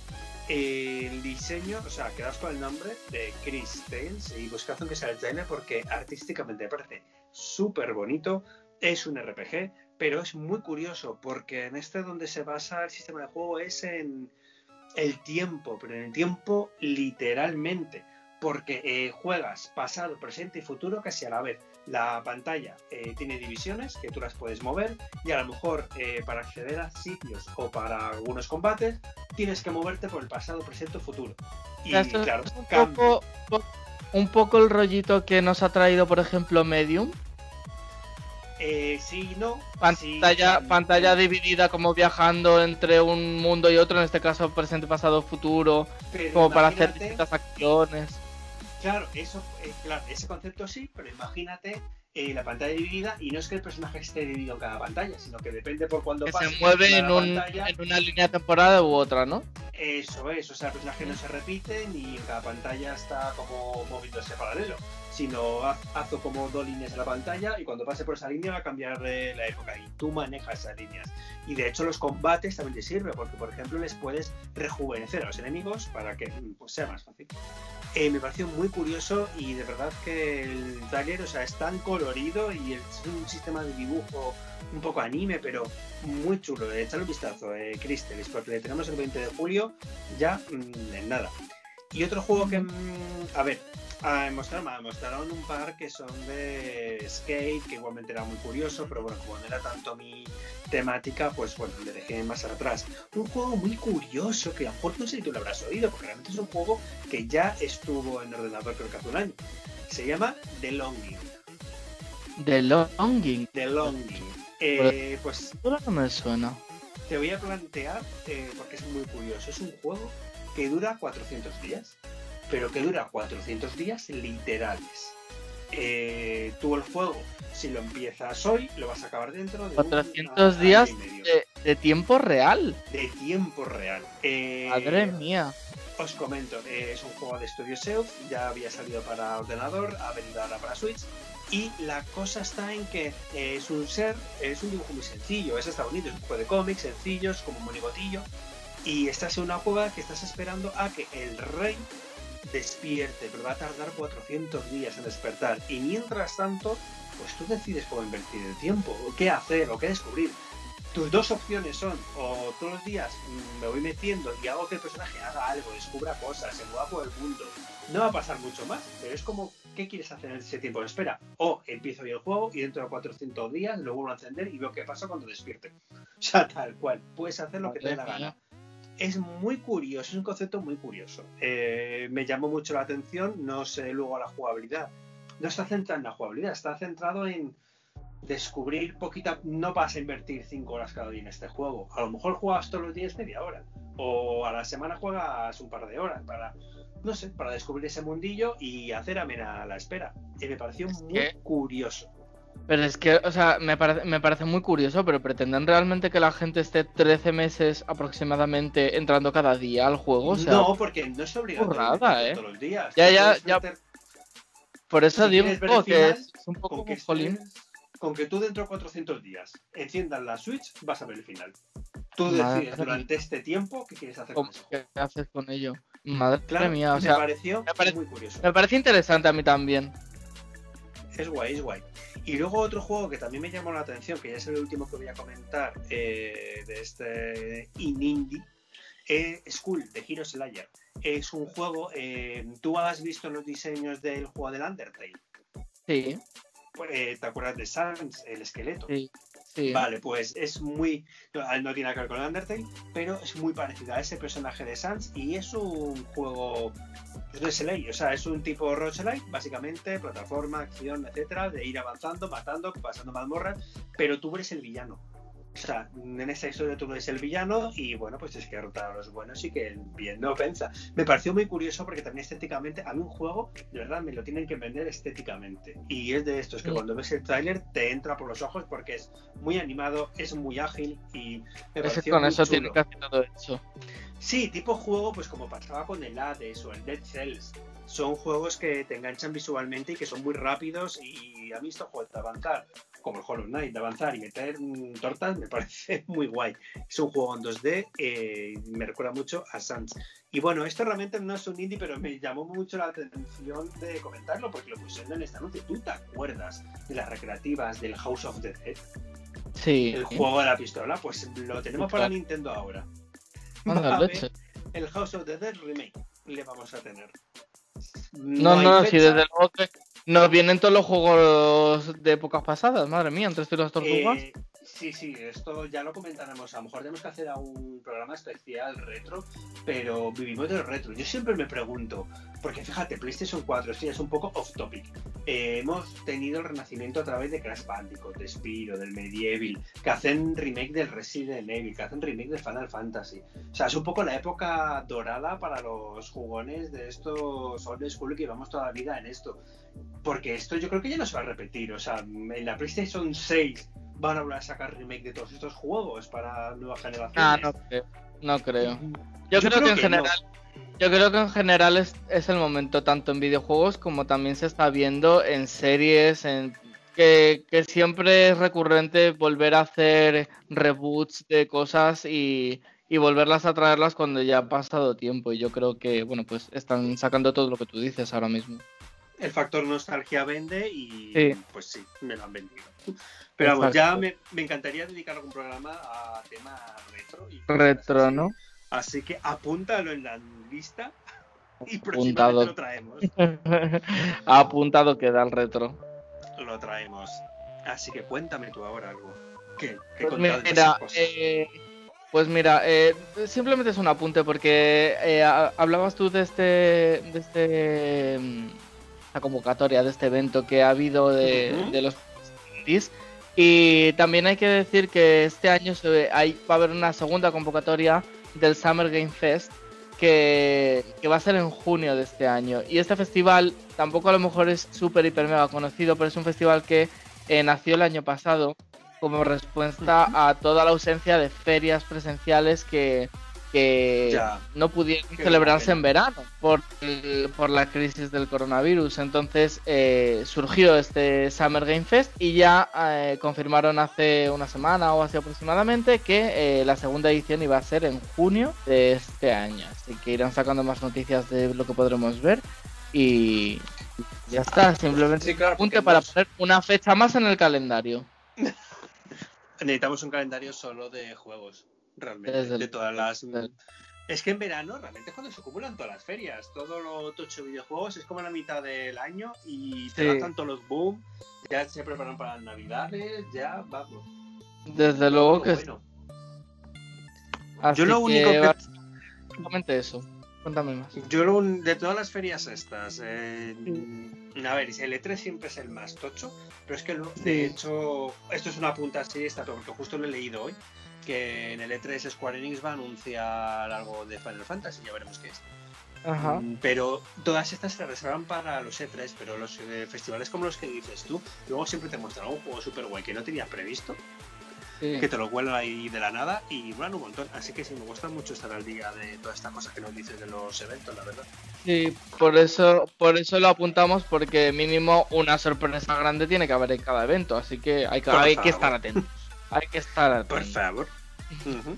El diseño, o sea, quedaos con el nombre de Chris Tales y buscad aunque sea el trailer porque artísticamente me parece súper bonito. Es un R P G, pero es muy curioso porque en este donde se basa el sistema de juego es en el tiempo, pero en el tiempo literalmente. Porque eh, juegas pasado, presente y futuro casi a la vez. La pantalla eh, tiene divisiones que tú las puedes mover y a lo mejor eh, para acceder a sitios o para algunos combates tienes que moverte por el pasado, presente o futuro. Y Esto claro, es un poco, un poco el rollito que nos ha traído, por ejemplo, Medium. Eh, sí, no. Pantalla, sí, pantalla dividida como viajando entre un mundo y otro, en este caso presente, pasado, futuro, como para hacer distintas acciones. Claro, eso, eh, claro, ese concepto sí, pero imagínate eh, la pantalla dividida y no es que el personaje esté dividido en cada pantalla, sino que depende por cuándo que pase se mueve en, un, pantalla, en una línea temporal u otra, ¿no? Eso es, o sea, el personaje no se repite ni en cada pantalla está como moviéndose paralelo, sino haz, haz como dos líneas en la pantalla y cuando pase por esa línea va a cambiar eh, la época y tú manejas esas líneas. Y de hecho los combates también te sirve porque, por ejemplo, les puedes rejuvenecer a los enemigos para que pues, sea más fácil. Eh, me pareció muy curioso y de verdad que el trailer, o sea, es tan colorido y es un sistema de dibujo un poco anime, pero muy chulo. Echadle un vistazo, eh, Crystalis, porque le tenemos el veinte de julio ya mmm, en nada. Y otro juego que, mmm, a ver, ah, mostraron, mostraron un par que son de skate, que igualmente era muy curioso, pero bueno, como no era tanto mi temática, pues bueno, le dejé más atrás. Un juego muy curioso que a lo mejor no sé si tú lo habrás oído, porque realmente es un juego que ya estuvo en ordenador creo que hace un año. Se llama The Longing. The Longing. The Longing. Eh, pues no me suena. Te voy a plantear, eh, porque es muy curioso, es un juego que dura cuatrocientos días, pero que dura cuatrocientos días literales. Eh, tú el juego, si lo empiezas hoy, lo vas a acabar dentro de cuatrocientos un, días de, de tiempo real. De tiempo real. Eh, Madre mía. Os comento, eh, es un juego de Studio Self, ya había salido para ordenador, ha venido ahora para Switch. Y la cosa está en que eh, es un ser, es un dibujo muy sencillo, es Estados Unidos, es un juego de cómics sencillos, como un monigotillo, y estás en una cueva que estás esperando a que el rey despierte, pero va a tardar cuatrocientos días en despertar, y mientras tanto, pues tú decides cómo invertir el tiempo, o qué hacer, o qué descubrir. Tus dos opciones son, o todos los días me voy metiendo y hago que el personaje haga algo, descubra cosas, se mueva por el mundo. No va a pasar mucho más, pero es como, ¿qué quieres hacer en ese tiempo de espera? O empiezo yo el juego y dentro de cuatrocientos días lo vuelvo a encender y veo qué pasa cuando despierte. O sea, tal cual, puedes hacer lo que te dé la gana. Es muy curioso, es un concepto muy curioso. Eh, me llamó mucho la atención, no sé luego la jugabilidad. No está centrado en la jugabilidad, está centrado en descubrir poquita. No vas a invertir cinco horas cada día en este juego. A lo mejor juegas todos los días media hora. O a la semana juegas un par de horas para, no sé, para descubrir ese mundillo y hacer amena la espera. Y me pareció muy ¿Qué? curioso. Pero es que, o sea, me parece, me parece muy curioso, pero ¿pretenden realmente que la gente esté trece meses aproximadamente entrando cada día al juego? O sea, no, porque no es obligatorio nada, ¿eh? todos los días. Ya, ya, ya. Meter... Por eso si digo final, que es un poco con jolín. Estés, con que tú dentro de cuatrocientos días enciendas la Switch, vas a ver el final. Tú Madre decides durante mía. este tiempo qué quieres hacer con eso. ¿Qué haces con ello? Madre claro, mía, o me sea, pareció me parece, muy curioso. Me parece interesante a mí también. Es guay, es guay. Y luego otro juego que también me llamó la atención, que ya es el último que voy a comentar eh, de este in-indie, eh, Skull, de Hero Slayer. Es un juego, eh, ¿tú has visto los diseños del juego del Undertale? Sí. Eh, ¿Te acuerdas de Sans, el esqueleto? Sí. Sí. Vale, pues es muy... No, no tiene nada que ver con el Undertale, pero es muy parecido a ese personaje de Sans y es un juego de S L A, o sea, es un tipo roguelike, básicamente, plataforma, acción, etcétera, de ir avanzando, matando, pasando mazmorras, pero tú eres el villano. O sea, en esta historia tú eres el villano y bueno, pues tienes que derrotar a los buenos y que el bien no pensa. Me pareció muy curioso porque también estéticamente, a mí un juego, de verdad, me lo tienen que vender estéticamente. Y es de estos que sí. Cuando ves el tráiler te entra por los ojos porque es muy animado, es muy ágil y me es pareció con muy eso chulo. tiene casi todo eso. Sí, tipo juego, pues como pasaba con el Hades o el Dead Cells. Son juegos que te enganchan visualmente y que son muy rápidos y a mí estos juegos de avanzar, como el Hollow Knight, de avanzar y meter mmm, tortas, me parece muy guay. Es un juego en dos D, eh, me recuerda mucho a Sans. Y bueno, esto realmente no es un indie, pero me llamó mucho la atención de comentarlo porque lo pusieron en esta noche. ¿Tú te acuerdas de las recreativas del House of the Dead? Sí. El juego de la pistola, pues lo tenemos para Nintendo ahora. Anda, leche. El House of the Dead Remake le vamos a tener. No, no, no si desde luego que nos vienen todos los juegos de épocas pasadas, madre mía, entre estos y las tortugas. Eh, Sí, sí, esto ya lo comentaremos. A lo mejor tenemos que hacer un programa especial retro, pero vivimos del retro. Yo siempre me pregunto, porque fíjate, PlayStation cuatro, esto ya es un poco off topic. Eh, hemos tenido el renacimiento a través de Crash Bandicoot, de Spyro, del Medieval, que hacen remake del Resident Evil, que hacen remake del Final Fantasy. O sea, es un poco la época dorada para los jugones de estos old school que llevamos toda la vida en esto. Porque esto yo creo que ya no se va a repetir. O sea, en la PlayStation seis van a volver a sacar remake de todos estos juegos para nuevas generaciones. Ah, no creo. No creo. Yo Yo, creo, creo que en que general. no. Yo creo que en general es, es el momento tanto en videojuegos como también se está viendo en series, en que, que siempre es recurrente volver a hacer reboots de cosas y, y volverlas a traerlas cuando ya ha pasado tiempo. Y yo creo que, bueno, pues están sacando todo lo que tú dices ahora mismo. El factor nostalgia vende y Sí. pues sí, me lo han vendido. Pero vamos, Exacto. ya me, me encantaría dedicar algún programa a tema retro. Y Retro, así. ¿no? Así que apúntalo en la lista y Apuntado. próximamente lo traemos. Apuntado queda el retro. Lo traemos. Así que cuéntame tú ahora algo. ¿Qué, qué Pues contar de mira, esas cosas? eh, pues mira, eh, simplemente es un apunte porque eh, a- hablabas tú de este, de este, mm, esta convocatoria, de este evento que ha habido de, Ujú. de los indies. Y también hay que decir que este año se ve- hay, va a haber una segunda convocatoria del Summer Game Fest que, que va a ser en junio de este año. Y este festival tampoco a lo mejor es súper, hiper, mega conocido, pero es un festival que eh, nació el año pasado como respuesta a toda la ausencia de ferias presenciales que, que Ya. no pudieron Qué celebrarse pena. en verano por, el- por la crisis del coronavirus. Entonces eh, surgió este Summer Game Fest y ya eh, confirmaron hace una semana o así aproximadamente que eh, la segunda edición iba a ser en junio de este año. Así que irán sacando más noticias de lo que podremos ver y ya está. Simplemente Sí, claro, apunte porque para nos- poner una fecha más en el calendario. Necesitamos un calendario solo de juegos, realmente, Desde de el- todas las... desde el- Es que en verano realmente es cuando se acumulan todas las ferias, todo lo tocho de videojuegos es como la mitad del año y te Sí. lanzan todos los boom, ya se preparan para las navidades, ya vamos. Desde Todo luego lo que bueno. Así Yo lo único que... básicamente eso. Cuéntame más. Yo lo un- de todas las ferias estas, eh, a ver, el E tres siempre es el más tocho, pero es que lo- de Sí. hecho, esto es una punta así, está todo, porque justo lo he leído hoy, que en el E tres Square Enix va a anunciar algo de Final Fantasy, ya veremos qué es. Ajá. Mm, Pero todas estas se reservan para los E tres, pero los eh, festivales como los que dices tú, luego siempre te muestran un juego super guay que no tenías previsto, Sí. que te lo cuelan ahí de la nada y duran un montón. Así que sí, me gusta mucho estar al día de todas estas cosas que nos dices de los eventos, la verdad. Sí, por eso, por eso lo apuntamos, porque mínimo una sorpresa grande tiene que haber en cada evento, así que hay que, Por hay favor. que estar atentos. Hay que estar Por atentos. favor. Ujú.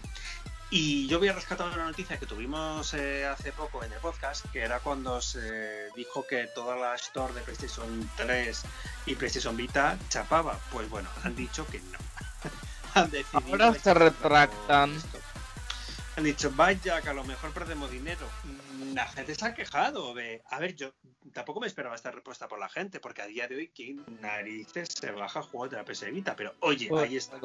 Y yo voy a rescatar una noticia que tuvimos eh, hace poco en el podcast, que era cuando se dijo que toda la store de PlayStation tres y PlayStation Vita chapaba. Pues bueno, han dicho que no. Han decidido Ahora se echar retractan. esto. Han dicho, vaya, que a lo mejor perdemos dinero. Mm, La gente se ha quejado de... A ver, yo tampoco me esperaba esta respuesta por la gente, porque a día de hoy, ¿quién narices se baja juegos de la P S Vita? Pero oye, Pues, ahí está.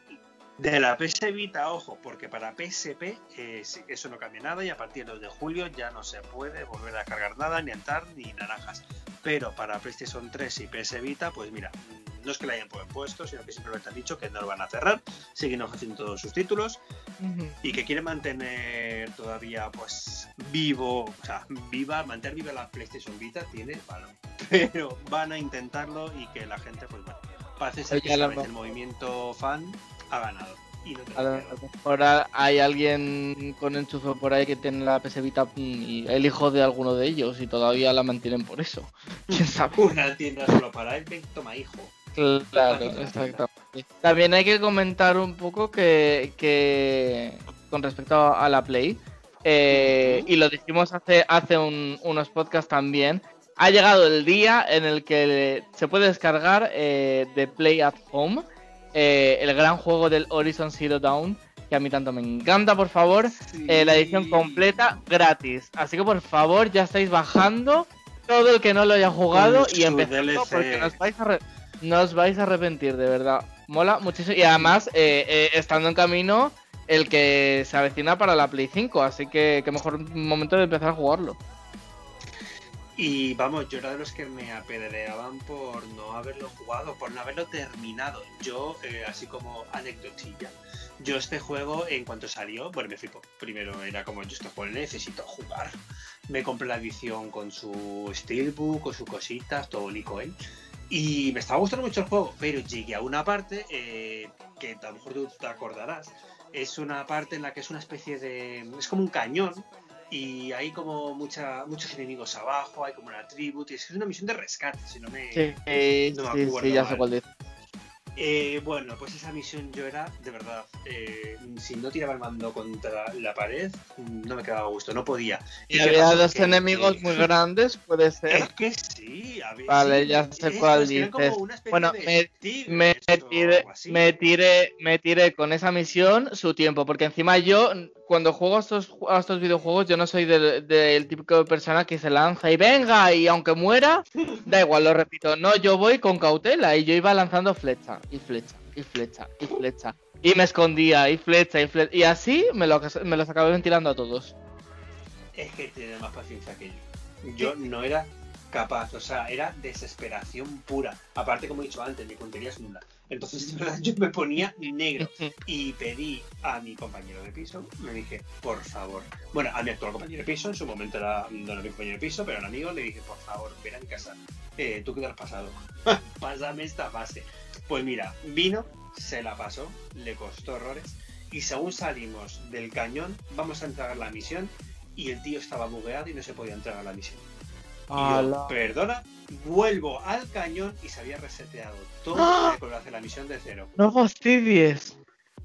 De la P S Vita, ojo, porque para P S P eh, sí, eso no cambia nada y a partir del dos de julio ya no se puede volver a cargar nada, ni entrar, ni naranjas. Pero para PlayStation tres y P S Vita, pues mira, no es que le hayan puesto, sino que simplemente han dicho que no lo van a cerrar, siguen ofreciendo todos sus títulos Ujú. y que quieren mantener todavía pues vivo, o sea, viva, mantener viva la PlayStation Vita tiene valor, pero van a intentarlo y que la gente, pues bueno, parece ser Oye, que a lo esta vez el mejor- movimiento fan ha ganado. Y no te A lo lo pierdas. mejor hay alguien con enchufe por ahí que tiene la P S Vita y el hijo de alguno de ellos y todavía la mantienen por eso. ¿Quién sabe? Una tienda solo para él, ven, toma hijo. Claro, exactamente. También hay que comentar un poco que, que con respecto a la Play, eh, Ujú. y lo dijimos hace, hace un- unos podcasts también, ha llegado el día en el que se puede descargar eh, de Play at Home, eh, el gran juego del Horizon Zero Dawn, que a mí tanto me encanta, por favor, eh, la edición completa gratis. Así que por favor ya estáis bajando todo el que no lo haya jugado Con y su empezando D L C. porque nos vais a re- no os vais a arrepentir, de verdad. mola muchísimo. Y además, eh, eh, estando en camino, el que se avecina para la Play cinco, así que qué mejor momento de empezar a jugarlo. Y vamos, yo era de los que me apedreaban por no haberlo jugado, por no haberlo terminado. Yo, eh, así como anecdotilla, yo este juego, en cuanto salió, bueno, me flipó. Primero era como, yo este juego necesito jugar. Me compré la edición con su steelbook, con sus cositas, todo bonito, ¿eh? Y me estaba gustando mucho el juego, pero llegué a una parte eh, que a lo mejor tú te acordarás. Es una parte en la que es una especie de... es como un cañón. Y hay como mucha, muchos enemigos abajo, hay como una tribu, y es una misión de rescate, si no me, sí, eh, no me sí, acuerdo sí, ya mal. sé cuál es. Eh, bueno, pues esa misión yo era, de verdad, eh, si no tiraba el mando contra la pared, no me quedaba a gusto, no podía. ¿Y había pasó? dos que, enemigos que... muy grandes, puede ser? Es que sí, a ver, vale, sí, ya sé eso, cuál es que dices. una Bueno, me, me, tiré, me, tiré, me tiré con esa misión su tiempo, porque encima yo, cuando juego a estos, a estos videojuegos, yo no soy del, del típico de persona que se lanza y venga, y aunque muera, da igual, lo repito. No, yo voy con cautela y yo iba lanzando flecha y flecha y flecha y flecha. Y me escondía y flecha y flecha. Y así me, lo, me los acabé ventilando a todos. Es que tiene más paciencia que yo. Yo no era capaz, o sea, era desesperación pura. Aparte, como he dicho antes, mi puntería es nula. Entonces, de verdad, yo me ponía negro y pedí a mi compañero de piso, me dije, por favor, bueno, a mi actual compañero de piso, en su momento era, no era mi compañero de piso, pero era amigo, le dije, por favor, ven a mi casa, eh, tú qué te has pasado, pásame esta fase. Pues mira, vino, se la pasó, le costó horrores, y según salimos del cañón, vamos a entregar la misión, y el tío estaba bugueado y no se podía entregar la misión. Y yo, perdona, vuelvo al cañón y se había reseteado todo para poder hacer la misión de cero. No fastidies.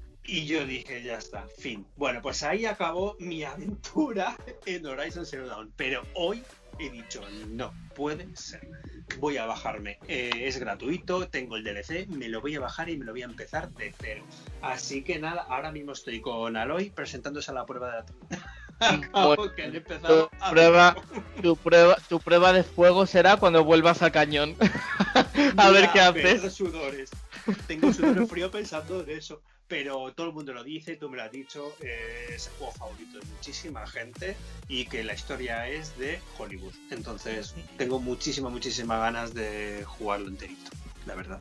Y yo dije, ya está, fin. Bueno, pues ahí acabó mi aventura en Horizon Zero Dawn. Pero hoy he dicho, no puede ser. Voy a bajarme. Eh, es gratuito, tengo el D L C, me lo voy a bajar y me lo voy a empezar de cero. Así que nada, ahora mismo estoy con Aloy presentándose a la prueba de la... Acabo que han empezado tu, prueba, tu, prueba, tu prueba de fuego será cuando vuelvas al cañón. a Mira, ver qué haces. Sudores. Tengo sudor frío pensando en eso. Pero todo el mundo lo dice, tú me lo has dicho, eh, es el juego favorito de muchísima gente y que la historia es de Hollywood. Entonces tengo muchísimas, muchísimas ganas de jugarlo enterito, la verdad.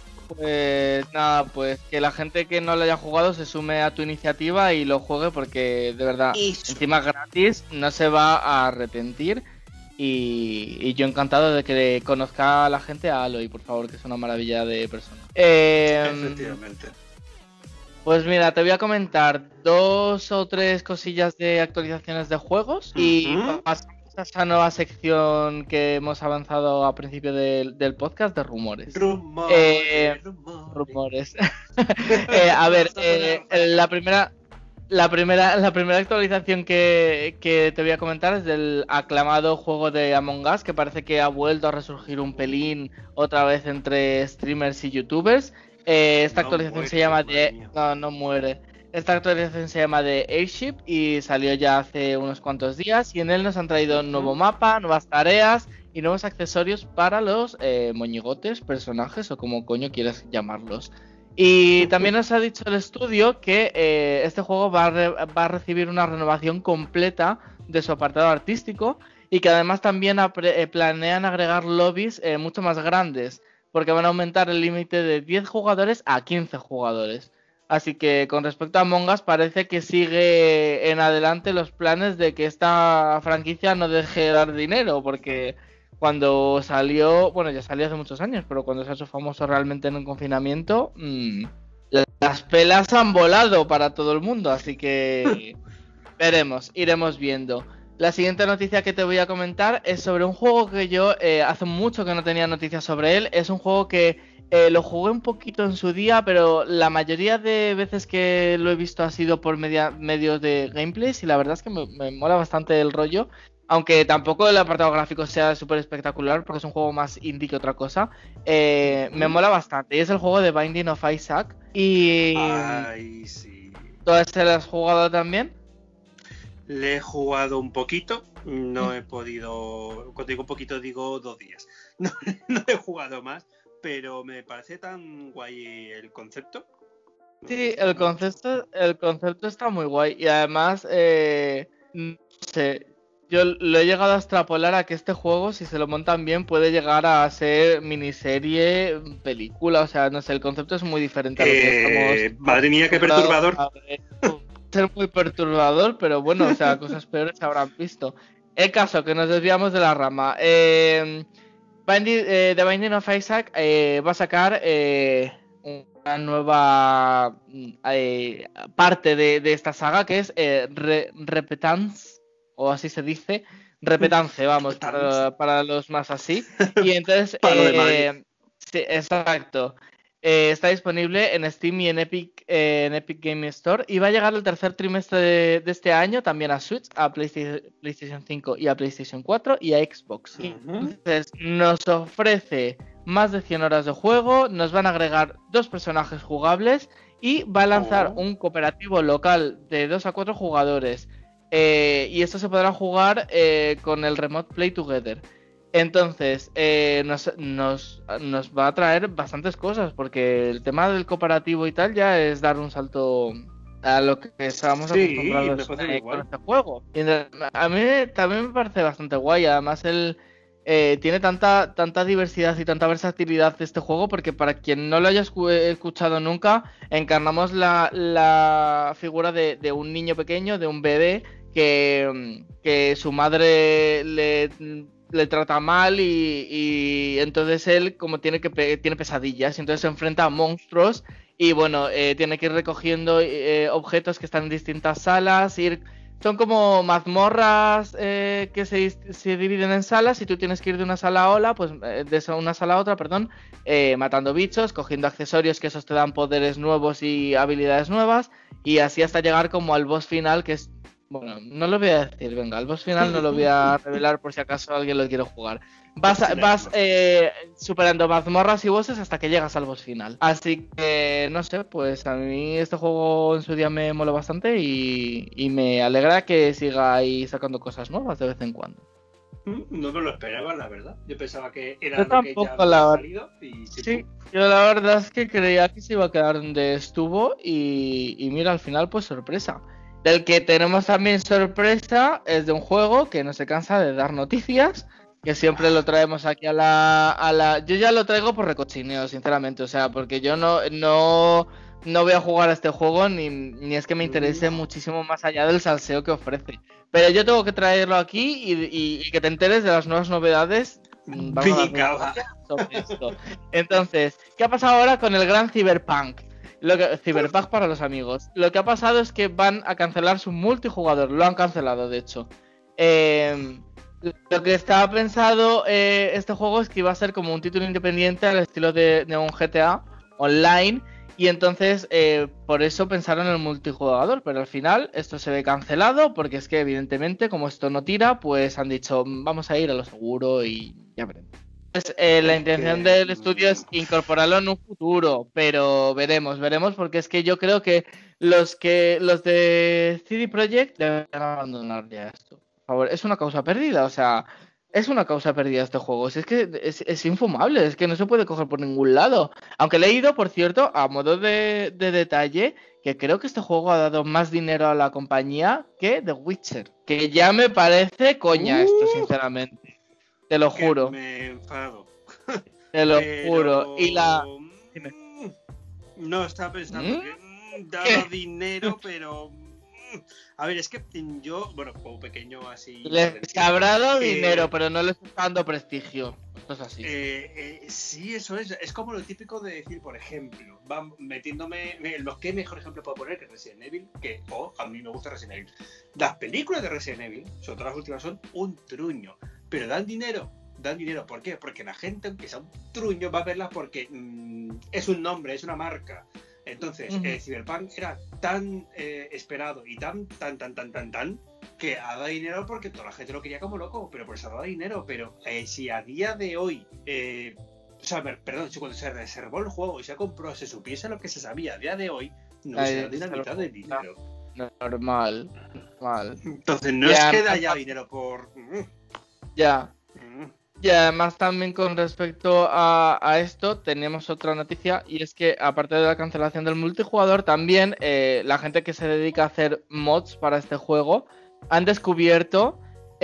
Pues nada, pues que la gente que no lo haya jugado se sume a tu iniciativa y lo juegue porque de verdad, Eso. encima gratis, no se va a arrepentir. Y, y yo encantado de que conozca a la gente a Aloy, por favor, que es una maravilla de persona. Eh, Efectivamente. Pues mira, te voy a comentar dos o tres cosillas de actualizaciones de juegos uh-huh. y pasamos a esa nueva sección que hemos avanzado a principio del, del podcast de rumores. Rumores, eh, rumores. rumores. eh, a ver, eh, la primera... La primera, la primera actualización que, que te voy a comentar es del aclamado juego de Among Us, que parece que ha vuelto a resurgir un pelín otra vez entre streamers y youtubers. Eh, esta no actualización muere, se llama de... No, no muere. Esta actualización se llama The Airship y salió ya hace unos cuantos días y en él nos han traído un nuevo mapa, nuevas tareas y nuevos accesorios para los eh, moñigotes, personajes o como coño quieras llamarlos. Y también nos ha dicho el estudio que eh, este juego va a, re- va a recibir una renovación completa de su apartado artístico y que además también apre- eh, planean agregar lobbies eh, mucho más grandes porque van a aumentar el límite de diez jugadores a quince jugadores. Así que con respecto a Among Us parece que sigue en adelante los planes de que esta franquicia no deje de dar dinero porque... Cuando salió, bueno, ya salió hace muchos años, pero cuando se ha hecho famoso realmente en un confinamiento, mmm, las pelas han volado para todo el mundo, así que veremos, iremos viendo. La siguiente noticia que te voy a comentar es sobre un juego que yo eh, hace mucho que no tenía noticias sobre él. Es un juego que eh, lo jugué un poquito en su día, pero la mayoría de veces que lo he visto ha sido por media, medios de gameplays y la verdad es que me, me mola bastante el rollo. Aunque tampoco el apartado gráfico sea súper espectacular, porque es un juego más indie que otra cosa, eh, me mola bastante. Y es el juego de Binding of Isaac. Y... Ay, sí. ¿Tú ese lo has jugado también? Le he jugado un poquito, no he podido... Cuando digo un poquito digo dos días. No, no he jugado más, pero me parece tan guay el concepto. Sí, el concepto, el concepto está muy guay y además, eh, no sé, yo lo he llegado a extrapolar a que este juego, si se lo montan bien, puede llegar a ser miniserie, película, o sea, no sé, el concepto es muy diferente a lo que Eh, estamos madre mía, qué perturbador. acostumbrados a ver. Puede ser muy perturbador, pero bueno, o sea, cosas peores se habrán visto. El caso, que nos desviamos de la rama. Eh, Binding, eh, The Binding of Isaac eh, va a sacar eh, una nueva mm, eh, parte de, de esta saga que es eh, Re- Repetance, o así se dice, Repetance, vamos, para, para los más así. Y entonces, Palo de Madrid. eh, sí, exacto. Eh, está disponible en Steam y en Epic, eh, en Epic Game Store y va a llegar el tercer trimestre de, de este año también a Switch, a PlayStation, PlayStation cinco y a PlayStation cuatro y a Xbox. Ujú. Entonces nos ofrece más de cien horas de juego, nos van a agregar dos personajes jugables y va a lanzar Oh. un cooperativo local de dos a cuatro jugadores. Eh, y esto se podrá jugar eh, con el Remote Play Together. Entonces, eh, nos, nos, nos va a traer bastantes cosas, porque el tema del cooperativo y tal ya es dar un salto a lo que estábamos Sí, acostumbrados me parece muy eh, guay. con este juego. Y a mí también me parece bastante guay, además el... Eh, tiene tanta, tanta diversidad y tanta versatilidad este juego, porque para quien no lo haya escu- escuchado nunca, encarnamos la, la figura de, de un niño pequeño, de un bebé, que, que su madre le, le trata mal y, y entonces él como tiene, que pe- tiene pesadillas, y entonces se enfrenta a monstruos y bueno, eh, tiene que ir recogiendo eh, objetos que están en distintas salas, ir... Son como mazmorras eh, que se, se dividen en salas y tú tienes que ir de una sala a otra, pues eh, de esa- una sala a otra, perdón, eh, matando bichos, cogiendo accesorios que esos te dan poderes nuevos y habilidades nuevas y así hasta llegar como al boss final, que es... Bueno, no lo voy a decir, venga, el boss final no lo voy a revelar por si acaso alguien lo quiere jugar. Vas, a- vas eh, superando mazmorras y bosses hasta que llegas al boss final. Así que, no sé, pues a mí este juego en su día me moló bastante y, y me alegra que siga ahí sacando cosas nuevas de vez en cuando. No me lo esperaba, la verdad. Yo pensaba que era Yo lo que ya tampoco, había la salido y Sí, yo la verdad es que creía que se iba a quedar donde estuvo y, y mira, al final pues sorpresa. Del que tenemos también sorpresa es de un juego que no se cansa de dar noticias, que siempre lo traemos aquí a la, a la... Yo ya lo traigo por recochineo, sinceramente, o sea, porque yo no, no, no voy a jugar a este juego ni, ni es que me interese No. muchísimo más allá del salseo que ofrece. Pero yo tengo que traerlo aquí y, y- y que te enteres de las nuevas novedades. mm, valga la Venga, va. redundancia, sobre esto. Entonces, ¿qué ha pasado ahora con el gran Cyberpunk? Lo que, Cyberpunk para los amigos. Lo que ha pasado es que van a cancelar su multijugador. Lo han cancelado, de hecho. Eh, lo que estaba pensado eh, este juego es que iba a ser como un título independiente al estilo de, de un G T A online. Y entonces, eh, por eso pensaron en el multijugador. Pero al final, esto se ve cancelado. Porque es que, evidentemente, como esto no tira, pues han dicho, vamos a ir a lo seguro y ya veremos. Pues, eh, la Es intención que, del estudio es incorporarlo en un futuro, pero veremos, veremos, porque es que yo creo que los que los de C D Projekt deben abandonar ya esto. Por favor, es una causa perdida, o sea, es una causa perdida este juego. Si es que es, es infumable, es que no se puede coger por ningún lado. Aunque he leído, por cierto, a modo de, de detalle, que creo que este juego ha dado más dinero a la compañía que The Witcher. Que ya me parece coña esto, Uh, sinceramente. Te lo que juro. me enfado. Te lo Pero... juro. Y la. Dime. mm, No, estaba pensando ¿Mm? que mm, daba ¿Qué? dinero, pero... mm, A ver, es que yo, bueno, como pequeño así... Les habrá dado eh, dinero, pero no les está dando prestigio. Esto es así. Eh, eh, sí, eso es. Es como lo típico de decir, por ejemplo, va metiéndome. Lo que mejor ejemplo puedo poner que Resident Evil, que oh, a mí me gusta Resident Evil. Las películas de Resident Evil, sobre todo las últimas, son un truño, pero dan dinero. Dan dinero, ¿por qué? Porque la gente, aunque sea un truño, va a verlas porque mmm, es un nombre, es una marca. Entonces, uh-huh. eh, Cyberpunk era tan eh, esperado y tan, tan, tan, tan, tan, tan, que ha dado dinero porque toda la gente lo quería como loco, pero por eso ha dado dinero. Pero eh, si a día de hoy, eh, o sea, perdón, si cuando se reservó el juego y se compró, se supiese lo que se sabía a día de hoy, no Ay, se da ni la mitad del dinero. Normal, normal. Entonces, no ya, es que haya dinero por... Ya. Y además también con respecto a, a esto tenemos otra noticia y es que aparte de la cancelación del multijugador también eh, la gente que se dedica a hacer mods para este juego han descubierto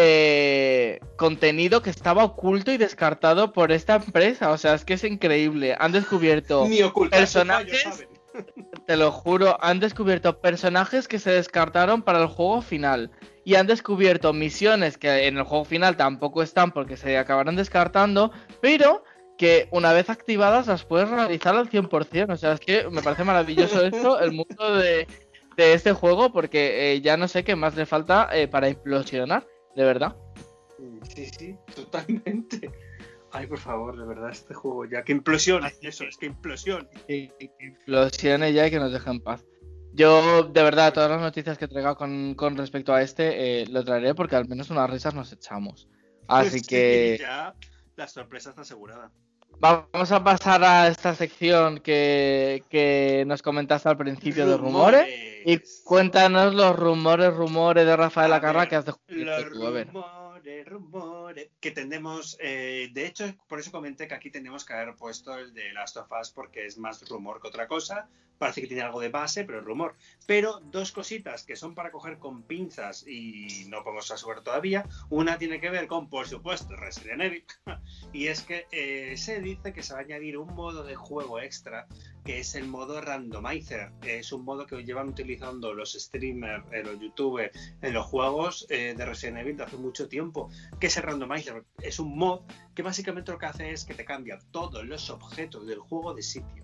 eh, contenido que estaba oculto y descartado por esta empresa. O sea, es que es increíble. Han descubierto Ni ocultar su fallo, personajes, ¿saben? te lo juro, han descubierto personajes que se descartaron para el juego final. Y han descubierto misiones que en el juego final tampoco están porque se acabaron descartando, pero que una vez activadas las puedes realizar al cien por ciento. O sea, es que me parece maravilloso esto, el mundo de, de este juego, porque eh, ya no sé qué más le falta eh, para implosionar, de verdad. Sí, sí, totalmente. Ay, por favor, de verdad, este juego ya. Que implosione, eso, es que implosione. Que, que implosione ya y que nos deje en paz. Yo, de verdad, todas las noticias que traiga con, con respecto a este, eh, lo traeré porque al menos unas risas nos echamos. Así Sí, que ya la sorpresa está asegurada. vamos a pasar a esta sección que, que nos comentaste al principio de rumores. Y cuéntanos los rumores, rumores de Rafael A Acarra ver, que has descubierto los tú. A ver. rumores, rumores que tenemos. Eh, de hecho, por eso comenté que aquí tenemos que haber puesto el de Last of Us porque es más rumor que otra cosa. Parece que tiene algo de base, pero es rumor. Pero dos cositas que son para coger con pinzas y no podemos asegurar todavía. Una tiene que ver con, por supuesto, Resident Evil. Y es que eh, se dice que se va a añadir un modo de juego extra que es el modo randomizer. Es un modo que llevan utilizando los streamers, eh, los youtubers en los juegos eh, de Resident Evil de hace mucho tiempo. ¿Qué es el randomizer? Es un mod que básicamente lo que hace es que te cambia todos los objetos del juego de sitio.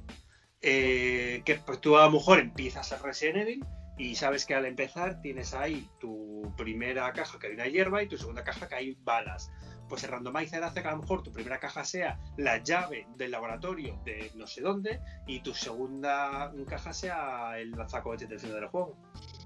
Eh, que pues, tú a lo mejor empiezas a Resident Evil y sabes que al empezar tienes ahí tu primera caja que hay una hierba y tu segunda caja que hay balas. Pues el randomizer hace que a lo mejor tu primera caja sea la llave del laboratorio de no sé dónde y tu segunda caja sea el lanzacohetes del final del juego.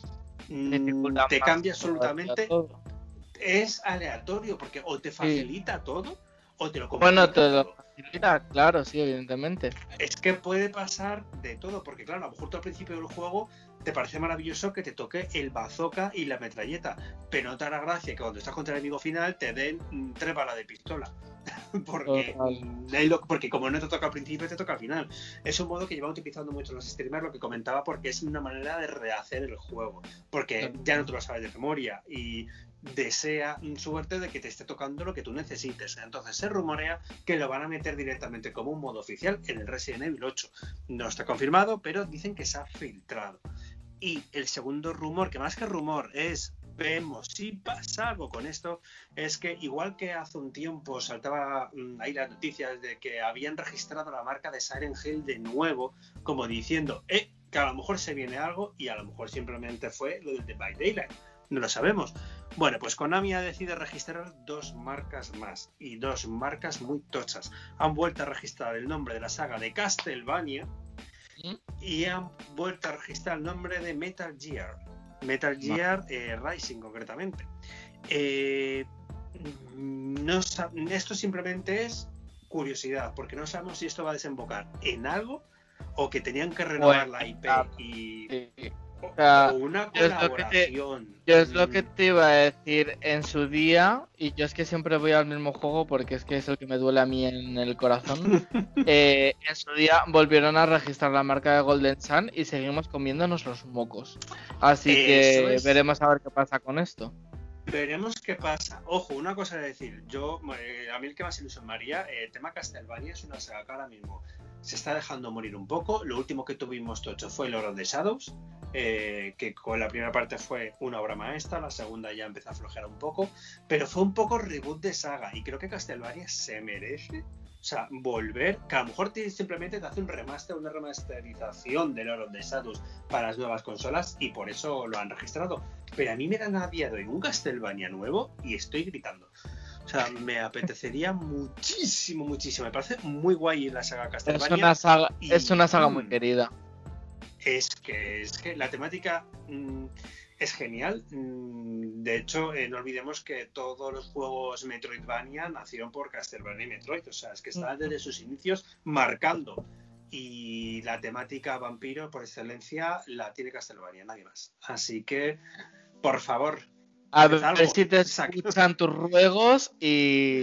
Mm, te cambia absolutamente. Es aleatorio porque o te facilita sí. todo o te lo complica. Bueno, te lo facilita, claro, sí, evidentemente. Es que puede pasar de todo, porque claro, a lo mejor tú al principio del juego te parece maravilloso que te toque el bazooka y la metralleta, pero no te hará gracia que cuando estás contra el enemigo final te den mm, tres balas de pistola. porque, mm, porque como no te toca al principio, te toca al final. Es un modo que llevan utilizando mucho los streamers, lo que comentaba, porque es una manera de rehacer el juego, porque ya no te lo sabes de memoria y desea suerte de que te esté tocando lo que tú necesites. Entonces se rumorea que lo van a meter directamente como un modo oficial en el Resident Evil ocho. No está confirmado, pero dicen que se ha filtrado. Y el segundo rumor, que más que rumor es vemos si pasa algo con esto, es que igual que hace un tiempo saltaba mmm, ahí las noticias de que habían registrado la marca de Silent Hill de nuevo, como diciendo, eh, que a lo mejor se viene algo y a lo mejor simplemente fue lo del Dead by Daylight. No lo sabemos. Bueno, pues Konami ha decidido registrar dos marcas más y dos marcas muy tochas. Han vuelto a registrar el nombre de la saga de Castlevania y han vuelto a registrar el nombre de Metal Gear. Metal Gear eh, Rising, concretamente. Eh, no, esto simplemente es curiosidad, porque no sabemos si esto va a desembocar en algo o que tenían que renovar bueno, la I P y... Sí. O sea, o una colaboración. Yo es, lo que te, yo es lo que te iba a decir en su día, y yo es que siempre voy al mismo juego porque es que es el que me duele a mí en el corazón. eh, en su día volvieron a registrar la marca de Golden Sun y seguimos comiéndonos los mocos. Así Eso que es... veremos a ver qué pasa con esto. Veremos qué pasa. Ojo, una cosa de decir, yo, eh, a mí el que más ilusión me haría, eh, el tema Castlevania es una saga que ahora mismo se está dejando morir un poco. Lo último que tuvimos tocho fue Lord of the Shadows, eh, que con la primera parte fue una obra maestra, la segunda ya empezó a flojear un poco, pero fue un poco reboot de saga y creo que Castlevania se merece, o sea, volver, que a lo mejor te, simplemente te hace un remaster, una remasterización de Lord of the Shadows para las nuevas consolas y por eso lo han registrado. Pero a mí me dan a día de hoy un Castlevania nuevo y estoy gritando. O sea, me apetecería muchísimo, muchísimo. Me parece muy guay la saga Castlevania. Es una saga, y, es una saga muy querida. Es que, es que la temática mmm, es genial. Mm, de hecho, eh, no olvidemos que todos los juegos Metroidvania nacieron por Castlevania y Metroid. O sea, es que están desde sus inicios marcando. Y la temática vampiro, por excelencia, la tiene Castlevania, nadie más. Así que, por favor, a ver algo. Si te escuchan tus ruegos y,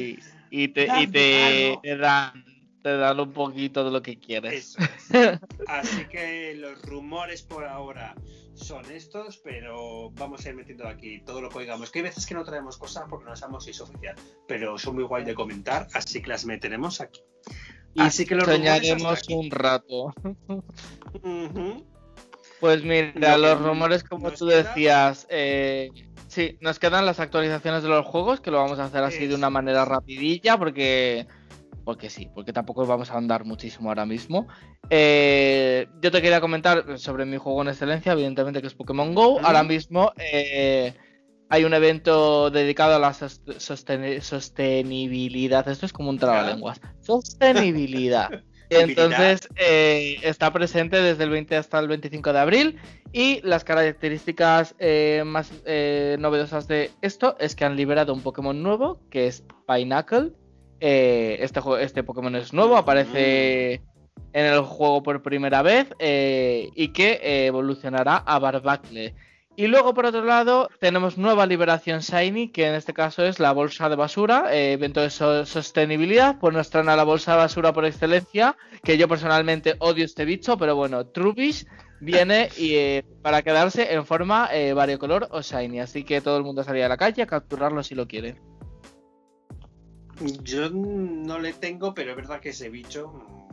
y te, y te, te dan te dan un poquito de lo que quieres. Eso es. Así que los rumores por ahora son estos, pero vamos a ir metiendo aquí todo lo que oigamos. Que hay veces que no traemos cosas porque no sabemos si es oficial, pero son muy guay de comentar, así que las meteremos aquí. Y así que los soñaremos un rato. Uh-huh. Pues mira, no, los rumores, como tú queda... decías, eh, sí, nos quedan las actualizaciones de los juegos, que lo vamos a hacer así es... de una manera rapidilla, porque... Porque sí, porque tampoco vamos a andar muchísimo ahora mismo. Eh, yo te quería comentar sobre mi juego en excelencia, evidentemente, que es Pokémon Go. Uh-huh. Ahora mismo eh, hay un evento dedicado a la sosten- sostenibilidad. Esto es como un trabalenguas. Sostenibilidad. Entonces eh, está presente desde el veinte hasta el veinticinco de abril. Y las características eh, más eh, novedosas de esto es que han liberado un Pokémon nuevo, que es Pineapple. Eh, este, este Pokémon es nuevo, aparece en el juego por primera vez eh, y que eh, evolucionará a Barbacle. Y luego, por otro lado, tenemos nueva liberación Shiny, que en este caso es la bolsa de basura, eh, evento de so- sostenibilidad. Pues nos traen a la bolsa de basura por excelencia, que yo personalmente odio este bicho, pero bueno, Trubbish viene y, eh, para quedarse en forma eh, variocolor o Shiny, así que todo el mundo salía a la calle a capturarlo si lo quiere. Yo no le tengo, pero es verdad que ese bicho...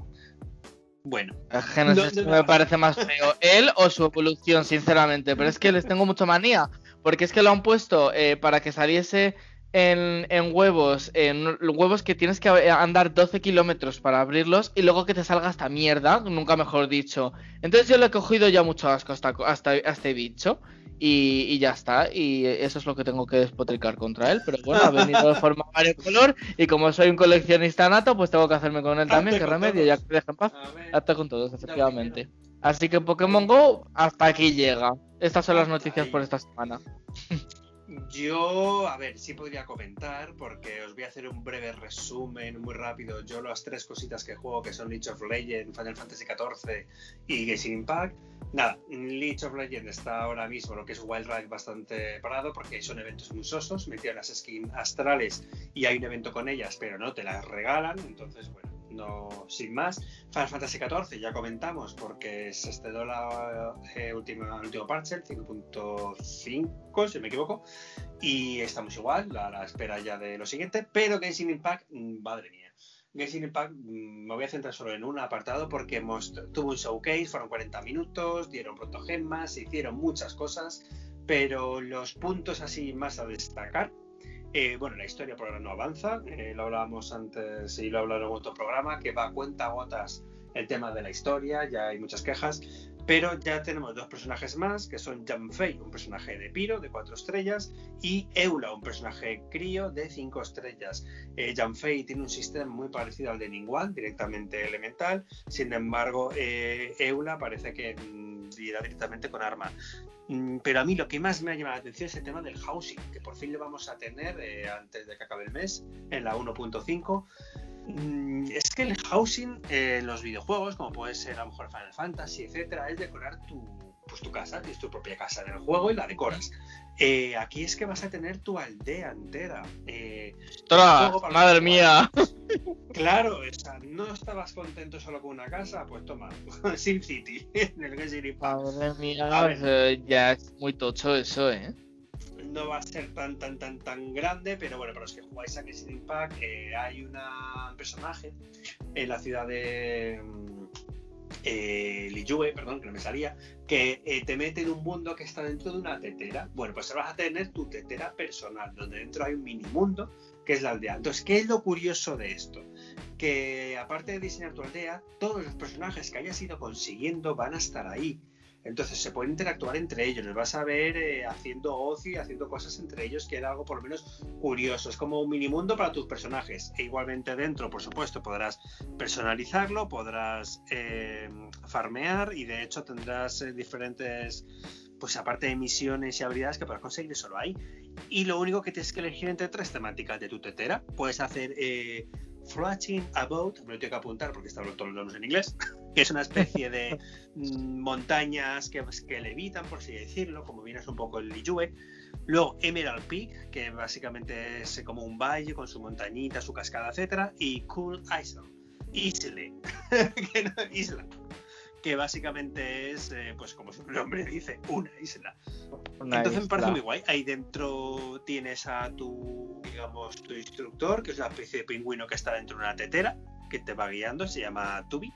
Bueno. Genesis no, no, no. Me parece más feo. Él o su evolución, sinceramente. Pero es que les tengo mucha manía. Porque es que lo han puesto eh, para que saliese en, en huevos. En huevos que tienes que andar doce kilómetros para abrirlos. Y luego que te salga esta mierda. Nunca mejor dicho. Entonces yo le he cogido ya mucho asco hasta, hasta a este bicho. Y, y ya está, y eso es lo que tengo que despotricar contra él, pero bueno, ha venido de forma variocolor y como soy un coleccionista nato, pues tengo que hacerme con él también, qué remedio, todos. Ya que me dejen paz, hazte con todos, efectivamente. Así que Pokémon Go hasta aquí llega. Estas son las noticias por esta semana. Yo, a ver, sí podría comentar, porque os voy a hacer un breve resumen muy rápido. Yo las tres cositas que juego, que son League of Legends, Final Fantasy catorce y Genshin Impact. Nada, League of Legends está ahora mismo lo que es Wild Rift bastante parado, porque son eventos muy sosos, metieron las skins astrales y hay un evento con ellas, pero no te las regalan, entonces bueno, no, sin más. Final Fantasy catorce ya comentamos, porque se estrenó la eh, última, el último parche, el cinco punto cinco, si me equivoco, y estamos igual, a la espera ya de lo siguiente, pero Genshin Impact, madre mía. Genshin Impact me voy a centrar solo en un apartado porque most- tuvo un showcase, fueron cuarenta minutos, dieron protogemas, hicieron muchas cosas, pero los puntos así más a destacar, eh, bueno, la historia por ahora no avanza, eh, lo hablábamos antes y lo hablaron en otro programa, que va a cuenta gotas el tema de la historia, ya hay muchas quejas, pero ya tenemos dos personajes más, que son Yanfei, un personaje de Piro, de cuatro estrellas, y Eula, un personaje crío de cinco estrellas. Eh, Yanfei tiene un sistema muy parecido al de Ningguang, directamente elemental, sin embargo, eh, Eula parece que mm, irá directamente con arma. Mm, pero a mí lo que más me ha llamado la atención es el tema del housing, que por fin lo vamos a tener eh, antes de que acabe el mes, en la uno punto cinco. Es que el housing en eh, los videojuegos, como puede ser a lo mejor Final Fantasy, etcétera, es decorar tu, pues tu casa, tienes tu propia casa en el juego y la decoras. Eh, aquí es que vas a tener tu aldea entera. Eh, ¡Ostras! ¡Madre mía! Claro, o sea, no estabas contento solo con una casa, pues toma, Sim City, en el Genshin Impact. Madre mía, ver, ya es muy tocho eso, ¿eh? No va a ser tan tan tan tan grande, pero bueno, para los que jugáis a Genshin Impact, eh, hay una, un personaje en la ciudad de eh, Liyue, perdón, que no me salía, que eh, te mete en un mundo que está dentro de una tetera. Bueno, pues ahora vas a tener tu tetera personal, donde dentro hay un mini mundo que es la aldea. Entonces, ¿qué es lo curioso de esto? Que aparte de diseñar tu aldea, todos los personajes que hayas ido consiguiendo van a estar ahí. Entonces se pueden interactuar entre ellos, les vas a ver eh, haciendo ocio y haciendo cosas entre ellos, que era algo por lo menos curioso. Es como un mini mundo para tus personajes. E igualmente dentro, por supuesto, podrás personalizarlo, podrás eh, farmear y de hecho tendrás eh, diferentes, pues aparte de misiones y habilidades que podrás conseguir solo ahí. Y lo único que tienes que elegir entre tres temáticas de tu tetera. Puedes hacer eh, Floating About, me lo tengo que apuntar porque están todos los nombres en inglés, que es una especie de mm, montañas que, que levitan, por así decirlo, como vienes un poco el Liyue. Luego Emerald Peak, que básicamente es como un valle con su montañita, su cascada, etcétera. Y Cool Isle, Isle, que no, isla, que básicamente es, eh, pues como su nombre dice, una isla. Una Entonces isla. Me parece muy guay. Ahí dentro tienes a tu, digamos, tu instructor, que es una especie de pingüino que está dentro de una tetera, que te va guiando, se llama Tubi.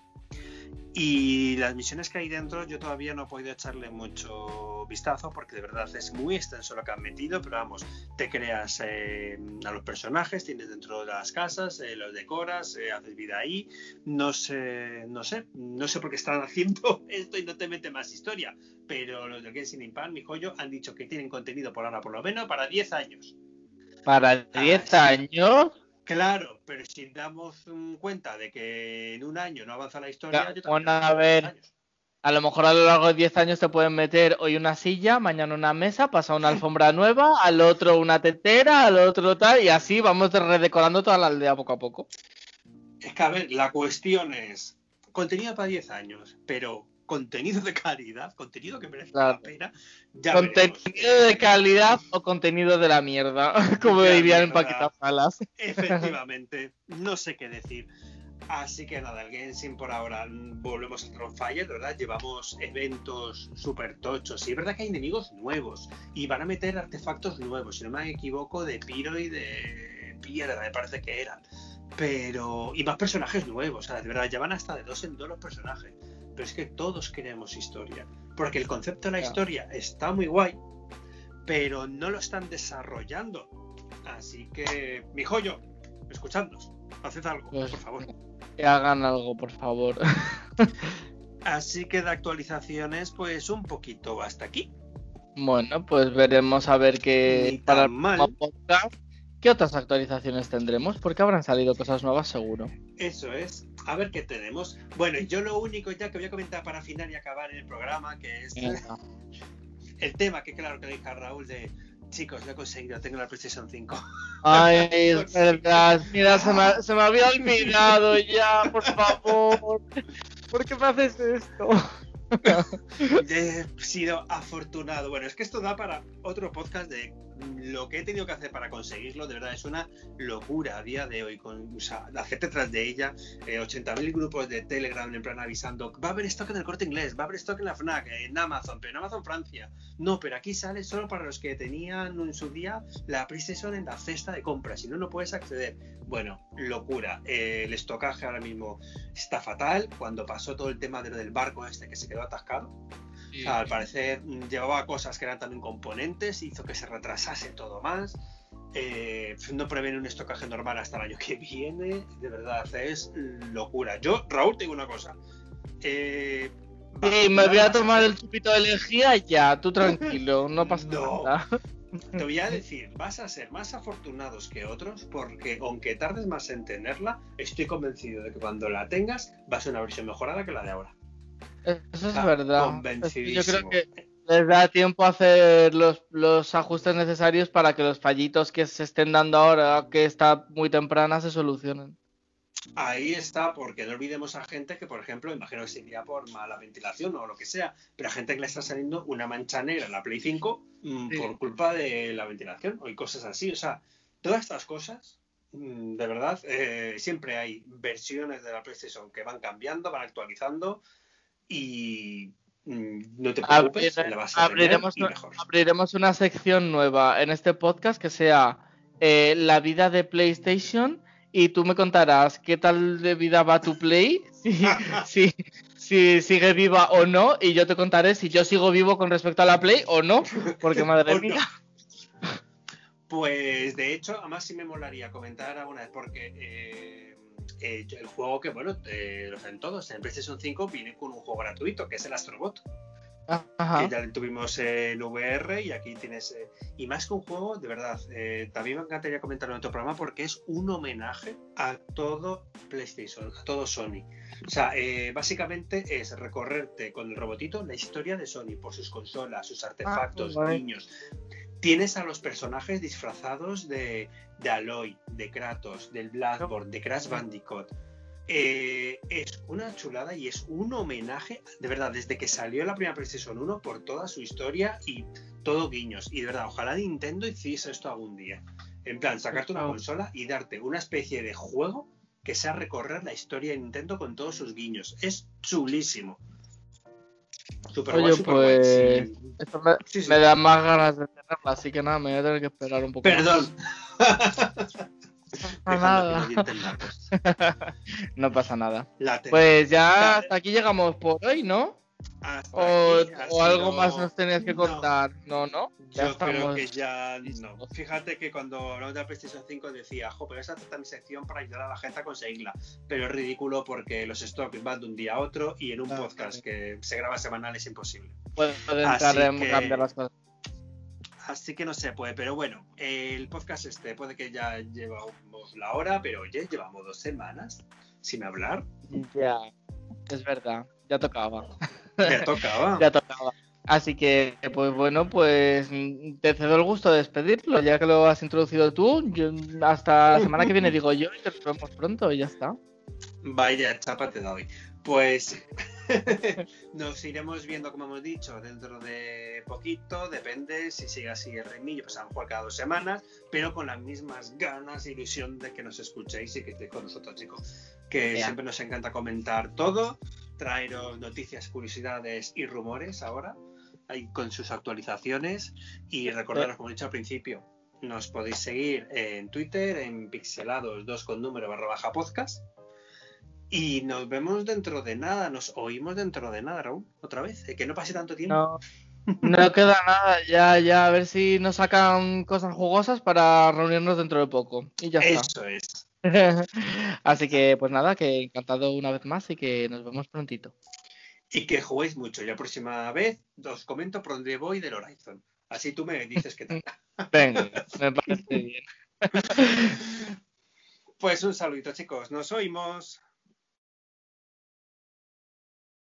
Y las misiones que hay dentro yo todavía no he podido echarle mucho vistazo porque de verdad es muy extenso lo que han metido, pero vamos, te creas eh, a los personajes, tienes dentro de las casas, eh, los decoras, eh, haces vida ahí, no sé, no sé, no sé por qué están haciendo esto y no te mete más historia, pero los de Genshin Impact, mi joyo, han dicho que tienen contenido por ahora por lo menos para diez años. ¿Para diez años? Claro, pero si damos um, cuenta de que en un año no avanza la historia, ya, yo también bueno, a ver, años. A lo mejor a lo largo de diez años te pueden meter hoy una silla, mañana una mesa, pasar una alfombra nueva, al otro una tetera, al otro tal, y así vamos redecorando toda la aldea poco a poco. Es que, a ver, la cuestión es, contenido para diez años, pero contenido de calidad, contenido que merece claro. la pena. Ya contenido veremos. de calidad o contenido de la mierda, como dirían en Paquitas Malas. Efectivamente, no sé qué decir. Así que nada, el Genshin por ahora volvemos a Thronefire, ¿verdad? Llevamos eventos súper tochos y es verdad que hay enemigos nuevos y van a meter artefactos nuevos, si no me equivoco, de Piro y de Piedra, me parece que eran. Pero... y más personajes nuevos, o sea, de verdad, ya van hasta de dos en dos los personajes. Pero es que todos queremos historia, porque el concepto de la historia está muy guay, pero no lo están desarrollando. Así que, mi joyo, escuchadnos, haced algo, pues, por favor. Que hagan algo, por favor. Así que de actualizaciones, pues un poquito hasta aquí. Bueno, pues veremos a ver qué para el podcast. ¿Qué otras actualizaciones tendremos? Porque habrán salido cosas nuevas seguro. Eso es, a ver qué tenemos. Bueno, yo lo único ya que voy a comentar para final y acabar en el programa, que es Venga. el tema que claro que le dije a Raúl de chicos, lo he conseguido, tengo la PlayStation cinco. Ay, es verdad, mira, se me, se me había olvidado ya, por favor. ¿Por qué me haces esto? He sido afortunado. Bueno, es que esto da para otro podcast de lo que he tenido que hacer para conseguirlo. De verdad es una locura a día de hoy. Con, o sea, la gente tras de ella, eh, ochenta mil grupos de Telegram en plan avisando, va a haber stock en el Corte Inglés, va a haber stock en la FNAC, en Amazon, pero en Amazon Francia. No, pero aquí sale solo para los que tenían en su día la PlayStation en la cesta de compras, si no, no puedes acceder. Bueno, locura. Eh, el estocaje ahora mismo está fatal. Cuando pasó todo el tema de lo del barco este que se quedó atascado, sí. O sea, al parecer llevaba cosas que eran también componentes, hizo que se retrasase todo más. Eh, no prevé un estocaje normal hasta el año que viene. De verdad, es locura. Yo, Raúl, te digo una cosa. Eh, sí, me voy a tomar el chupito de lejía ya, tú tranquilo, no pasa no. nada. Te voy a decir, vas a ser más afortunados que otros porque aunque tardes más en tenerla, estoy convencido de que cuando la tengas va a ser una versión mejorada que la de ahora. Eso es ah, verdad. Es que yo creo que les da tiempo a hacer los, los ajustes necesarios para que los fallitos que se estén dando ahora, que está muy temprana, se solucionen. Ahí está, porque no olvidemos a gente que, por ejemplo, imagino que sería por mala ventilación o lo que sea, pero a gente que le está saliendo una mancha negra en la Play cinco mmm, sí. por culpa de la ventilación o y cosas así. O sea, todas estas cosas, mmm, de verdad, eh, siempre hay versiones de la PlayStation que van cambiando, van actualizando y mmm, no te preocupes, Abrir, la vas a abriremos, tener y mejor. Abriremos una sección nueva en este podcast que sea eh, la vida de PlayStation. Y tú me contarás qué tal de vida va tu Play, si, si, si sigue viva o no, y yo te contaré si yo sigo vivo con respecto a la Play o no, porque madre mía. No. Pues de hecho, además sí me molaría comentar alguna vez, porque eh, eh, el juego que, bueno, eh, lo saben todos, en PlayStation cinco viene con un juego gratuito, que es el Astrobot. Ajá. Que ya tuvimos en V R y aquí tienes eh, y más que un juego, de verdad, eh, también me encantaría comentarlo en otro programa porque es un homenaje a todo PlayStation, a todo Sony. O sea, eh, básicamente es recorrerte con el robotito la historia de Sony por sus consolas, sus artefactos, ah, niños. Tienes a los personajes disfrazados de, de Aloy, de Kratos, del Bloodborne, de Crash Bandicoot. Eh, es una chulada y es un homenaje, de verdad, desde que salió la primera PlayStation uno por toda su historia y todo guiños. Y de verdad, ojalá Nintendo hiciese esto algún día. En plan, sacarte una consola y darte una especie de juego que sea recorrer la historia de Nintendo con todos sus guiños. Es chulísimo. Super Oye, guay, super pues guay. Sí. esto me, Sí, sí. me da más ganas de tenerla, así que nada, me voy a tener que esperar un poco. Perdón. No pasa nada. No pasa nada. Pues ya hasta aquí llegamos por hoy, ¿no? O, Aquí o algo sido... más nos tenías que contar. No, no. no Yo creo que ya no. Fíjate que cuando hablamos de la PlayStation cinco decía, jo, pero esa es mi sección para ayudar a la gente a conseguirla. Pero es ridículo porque los stocks van de un día a otro y en un claro, podcast que se graba semanal es imposible. Puede entrar en que... cambiar las cosas. Así que no se puede, pero bueno, el podcast este puede que ya llevamos la hora, pero oye, llevamos dos semanas sin hablar. Ya, es verdad, ya tocaba. Ya tocaba. Ya tocaba. Así que, pues bueno, pues te cedo el gusto de despedirlo, ya que lo has introducido tú. Yo, hasta la semana que viene digo yo y te lo vemos pronto y ya está. Vaya chapa te doy. Pues nos iremos viendo, como hemos dicho, dentro de poquito. Depende si sigue así el ritmillo, pues a lo mejor cada dos semanas, pero con las mismas ganas e ilusión de que nos escuchéis y que estéis con nosotros, chicos. Que yeah. Siempre nos encanta comentar todo, traeros noticias, curiosidades y rumores ahora, ahí con sus actualizaciones. Y recordaros, como he dicho al principio, nos podéis seguir en Twitter, en pixelados dos con número barra baja podcast. Y nos vemos dentro de nada, nos oímos dentro de nada, Raúl, otra vez, que no pase tanto tiempo. No, no queda nada, ya, ya, a ver si nos sacan cosas jugosas para reunirnos dentro de poco. Y ya está. Eso es. Así que, pues nada, que encantado una vez más y que nos vemos prontito. Y que juguéis mucho, y la próxima vez os comento por dónde voy del Horizon. Así tú me dices qué tal. Venga, me parece bien. Pues un saludito, chicos, nos oímos.